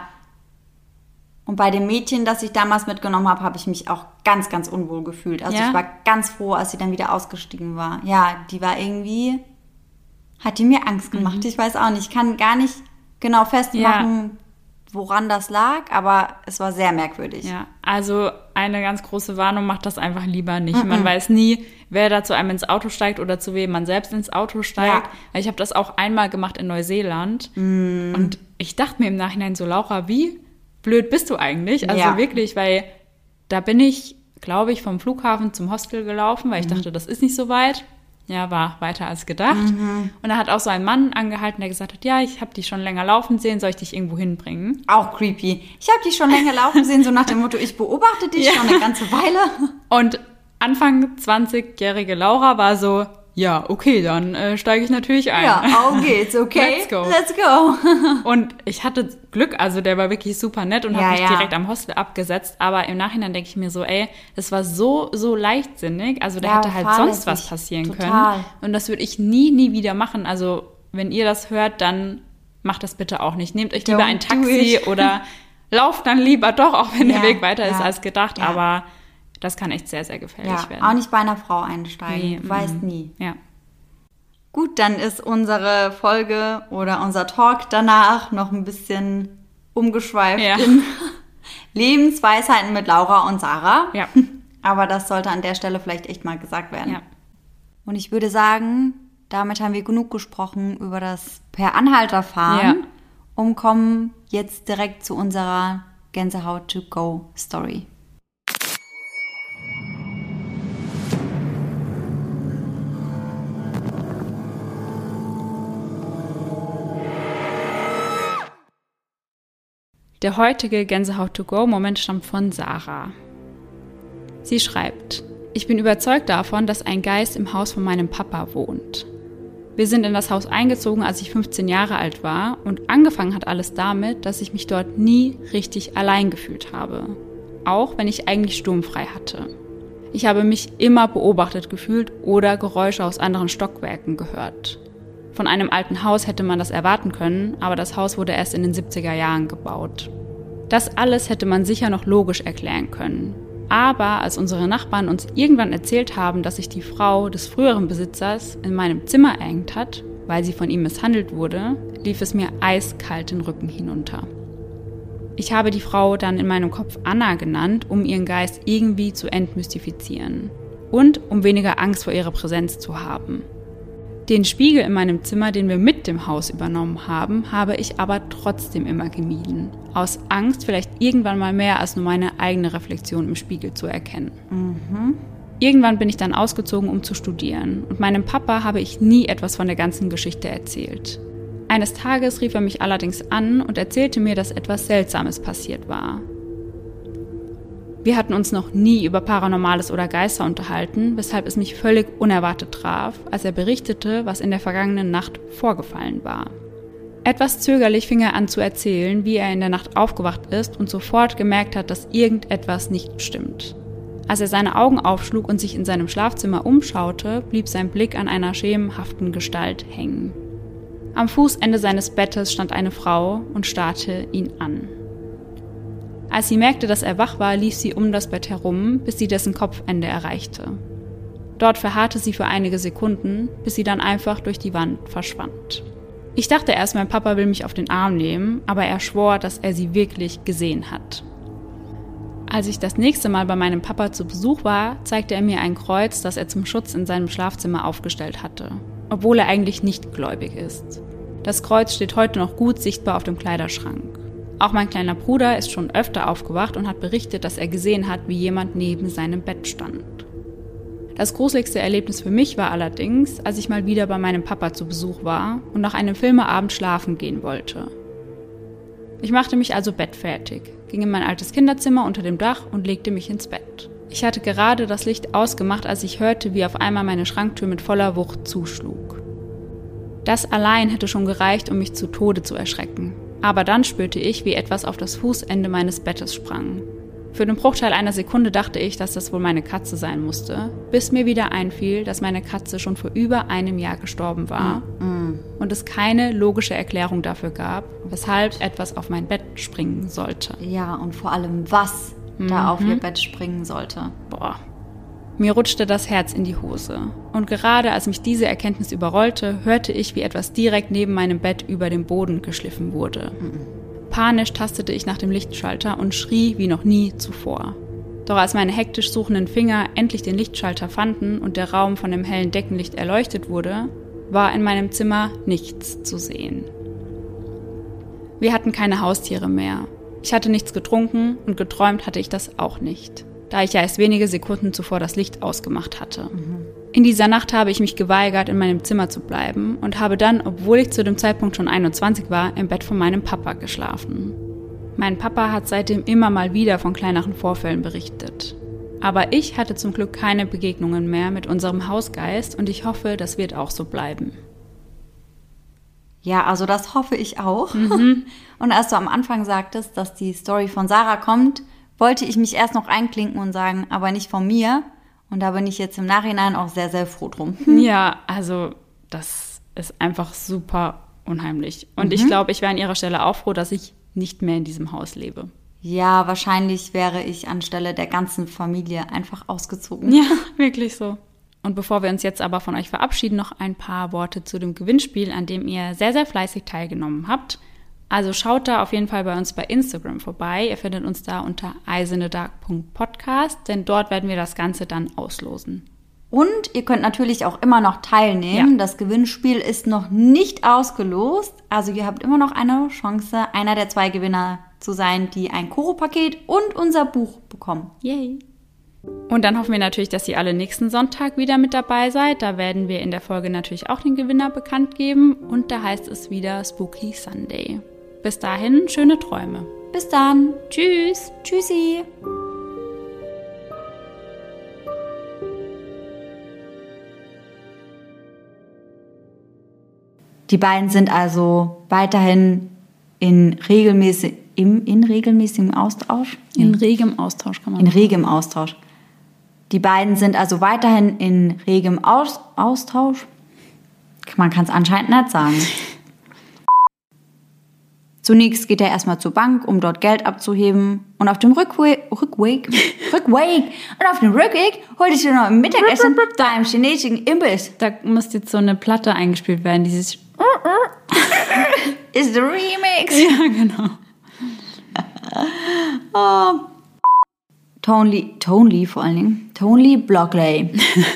Und bei dem Mädchen, das ich damals mitgenommen habe, habe ich mich auch ganz, ganz unwohl gefühlt. Also ich war ganz froh, als sie dann wieder ausgestiegen war. Ja, die war irgendwie, hat die mir Angst gemacht. Ich weiß auch nicht, ich kann gar nicht genau festmachen, woran das lag, aber es war sehr merkwürdig. Ja, also eine ganz große Warnung, macht das einfach lieber nicht. Man weiß nie, wer da zu einem ins Auto steigt oder zu wem man selbst ins Auto steigt. Ja. Ich habe das auch einmal gemacht in Neuseeland und ich dachte mir im Nachhinein so, Laura, wie blöd bist du eigentlich? Also wirklich, weil da bin ich, glaube ich, vom Flughafen zum Hostel gelaufen, weil ich dachte, das ist nicht so weit. Ja, war weiter als gedacht. Und da hat auch so ein Mann angehalten, der gesagt hat, ich habe dich schon länger laufen sehen, soll ich dich irgendwo hinbringen? Auch creepy. Ich habe dich schon länger laufen sehen, so nach dem Motto, ich beobachte dich schon eine ganze Weile. Und Anfang 20-jährige Laura war so, okay, dann steige ich natürlich ein. Ja, auf geht's, okay? Let's go. Und ich hatte Glück, also der war wirklich super nett und hat mich direkt am Hostel abgesetzt. Aber im Nachhinein denke ich mir so, das war so leichtsinnig. Also da hätte halt sonst was passieren können. Und das würde ich nie wieder machen. Also wenn ihr das hört, dann macht das bitte auch nicht. Nehmt euch lieber ein Taxi oder lauft dann lieber doch, auch wenn der Weg weiter ist als gedacht. Ja. Aber das kann echt sehr, sehr gefährlich werden. Auch nicht bei einer Frau einsteigen. Nee, du weißt nie. Ja. Gut, dann ist unsere Folge oder unser Talk danach noch ein bisschen umgeschweift in Lebensweisheiten mit Laura und Sarah. Ja. Aber das sollte an der Stelle vielleicht echt mal gesagt werden. Ja. Und ich würde sagen, damit haben wir genug gesprochen über das Per-Anhalter-Fahren und kommen jetzt direkt zu unserer Gänsehaut-to-go-Story. Der heutige Gänsehaut-to-go-Moment stammt von Sarah. Sie schreibt: Ich bin überzeugt davon, dass ein Geist im Haus von meinem Papa wohnt. Wir sind in das Haus eingezogen, als ich 15 Jahre alt war, und angefangen hat alles damit, dass ich mich dort nie richtig allein gefühlt habe. Auch wenn ich eigentlich sturmfrei hatte. Ich habe mich immer beobachtet gefühlt oder Geräusche aus anderen Stockwerken gehört. Von einem alten Haus hätte man das erwarten können, aber das Haus wurde erst in den 70er Jahren gebaut. Das alles hätte man sicher noch logisch erklären können. Aber als unsere Nachbarn uns irgendwann erzählt haben, dass sich die Frau des früheren Besitzers in meinem Zimmer erhängt hat, weil sie von ihm misshandelt wurde, lief es mir eiskalt den Rücken hinunter. Ich habe die Frau dann in meinem Kopf Anna genannt, um ihren Geist irgendwie zu entmystifizieren und um weniger Angst vor ihrer Präsenz zu haben. Den Spiegel in meinem Zimmer, den wir mit dem Haus übernommen haben, habe ich aber trotzdem immer gemieden. Aus Angst, vielleicht irgendwann mal mehr als nur meine eigene Reflexion im Spiegel zu erkennen. Irgendwann bin ich dann ausgezogen, um zu studieren. Und meinem Papa habe ich nie etwas von der ganzen Geschichte erzählt. Eines Tages rief er mich allerdings an und erzählte mir, dass etwas Seltsames passiert war. Wir hatten uns noch nie über Paranormales oder Geister unterhalten, weshalb es mich völlig unerwartet traf, als er berichtete, was in der vergangenen Nacht vorgefallen war. Etwas zögerlich fing er an zu erzählen, wie er in der Nacht aufgewacht ist und sofort gemerkt hat, dass irgendetwas nicht stimmt. Als er seine Augen aufschlug und sich in seinem Schlafzimmer umschaute, blieb sein Blick an einer schemenhaften Gestalt hängen. Am Fußende seines Bettes stand eine Frau und starrte ihn an. Als sie merkte, dass er wach war, lief sie um das Bett herum, bis sie dessen Kopfende erreichte. Dort verharrte sie für einige Sekunden, bis sie dann einfach durch die Wand verschwand. Ich dachte erst, mein Papa will mich auf den Arm nehmen, aber er schwor, dass er sie wirklich gesehen hat. Als ich das nächste Mal bei meinem Papa zu Besuch war, zeigte er mir ein Kreuz, das er zum Schutz in seinem Schlafzimmer aufgestellt hatte, obwohl er eigentlich nicht gläubig ist. Das Kreuz steht heute noch gut sichtbar auf dem Kleiderschrank. Auch mein kleiner Bruder ist schon öfter aufgewacht und hat berichtet, dass er gesehen hat, wie jemand neben seinem Bett stand. Das gruseligste Erlebnis für mich war allerdings, als ich mal wieder bei meinem Papa zu Besuch war und nach einem Filmeabend schlafen gehen wollte. Ich machte mich also bettfertig, ging in mein altes Kinderzimmer unter dem Dach und legte mich ins Bett. Ich hatte gerade das Licht ausgemacht, als ich hörte, wie auf einmal meine Schranktür mit voller Wucht zuschlug. Das allein hätte schon gereicht, um mich zu Tode zu erschrecken. Aber dann spürte ich, wie etwas auf das Fußende meines Bettes sprang. Für den Bruchteil einer Sekunde dachte ich, dass das wohl meine Katze sein musste, bis mir wieder einfiel, dass meine Katze schon vor über einem Jahr gestorben war und es keine logische Erklärung dafür gab, weshalb etwas auf mein Bett springen sollte. Ja, und vor allem, was da auf ihr Bett springen sollte. Boah. Mir rutschte das Herz in die Hose. Und gerade als mich diese Erkenntnis überrollte, hörte ich, wie etwas direkt neben meinem Bett über den Boden geschliffen wurde. Panisch tastete ich nach dem Lichtschalter und schrie wie noch nie zuvor. Doch als meine hektisch suchenden Finger endlich den Lichtschalter fanden und der Raum von dem hellen Deckenlicht erleuchtet wurde, war in meinem Zimmer nichts zu sehen. Wir hatten keine Haustiere mehr. Ich hatte nichts getrunken und geträumt hatte ich das auch nicht, da ich ja erst wenige Sekunden zuvor das Licht ausgemacht hatte. In dieser Nacht habe ich mich geweigert, in meinem Zimmer zu bleiben und habe dann, obwohl ich zu dem Zeitpunkt schon 21 war, im Bett von meinem Papa geschlafen. Mein Papa hat seitdem immer mal wieder von kleineren Vorfällen berichtet. Aber ich hatte zum Glück keine Begegnungen mehr mit unserem Hausgeist und ich hoffe, das wird auch so bleiben. Ja, also das hoffe ich auch. Und als du am Anfang sagtest, dass die Story von Sarah kommt, wollte ich mich erst noch einklinken und sagen, aber nicht von mir. Und da bin ich jetzt im Nachhinein auch sehr, sehr froh drum. Ja, also das ist einfach super unheimlich. Und ich glaube, ich wäre an ihrer Stelle auch froh, dass ich nicht mehr in diesem Haus lebe. Ja, wahrscheinlich wäre ich anstelle der ganzen Familie einfach ausgezogen. Ja, wirklich so. Und bevor wir uns jetzt aber von euch verabschieden, noch ein paar Worte zu dem Gewinnspiel, an dem ihr sehr, sehr fleißig teilgenommen habt. Also schaut da auf jeden Fall bei uns bei Instagram vorbei. Ihr findet uns da unter eisenedark.podcast, denn dort werden wir das Ganze dann auslosen. Und ihr könnt natürlich auch immer noch teilnehmen. Ja. Das Gewinnspiel ist noch nicht ausgelost. Also ihr habt immer noch eine Chance, einer der 2 Gewinner zu sein, die ein Koro-Paket und unser Buch bekommen. Yay! Und dann hoffen wir natürlich, dass ihr alle nächsten Sonntag wieder mit dabei seid. Da werden wir in der Folge natürlich auch den Gewinner bekannt geben. Und da heißt es wieder Spooky Sunday. Bis dahin, schöne Träume. Bis dann. Tschüss. Tschüssi. Die beiden sind also weiterhin in regelmäßigem Austausch? In regem Austausch kann man sagen. In regem Austausch. Die beiden sind also weiterhin in regem Austausch. Man kann es anscheinend nicht sagen. Zunächst geht er erstmal zur Bank, um dort Geld abzuheben. Und auf dem Rückweg holt ich dir noch ein Mittagessen bei einem chinesischen Imbiss. Da muss jetzt so eine Platte eingespielt werden, dieses ist der Remix. Ja, genau. Tonely vor allen Dingen. Tonely Blockley.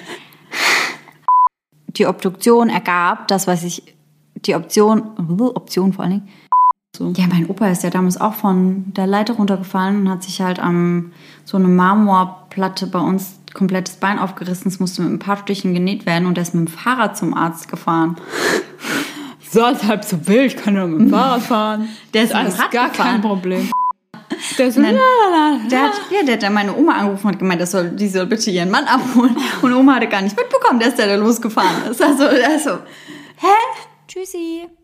Die Obduktion ergab, die Option vor allen Dingen. So. Ja, mein Opa ist ja damals auch von der Leiter runtergefallen und hat sich halt so eine Marmorplatte bei uns komplett das Bein aufgerissen. Es musste mit ein paar Stichen genäht werden und er ist mit dem Fahrrad zum Arzt gefahren. So, ist halb so wild, ich kann nur mit dem Fahrrad fahren. Der ist alles gar kein Problem. Der hat dann meine Oma angerufen und gemeint, die soll bitte ihren Mann abholen. Und Oma hatte gar nicht mitbekommen, dass der da losgefahren ist. Also, hä? Tschüssi.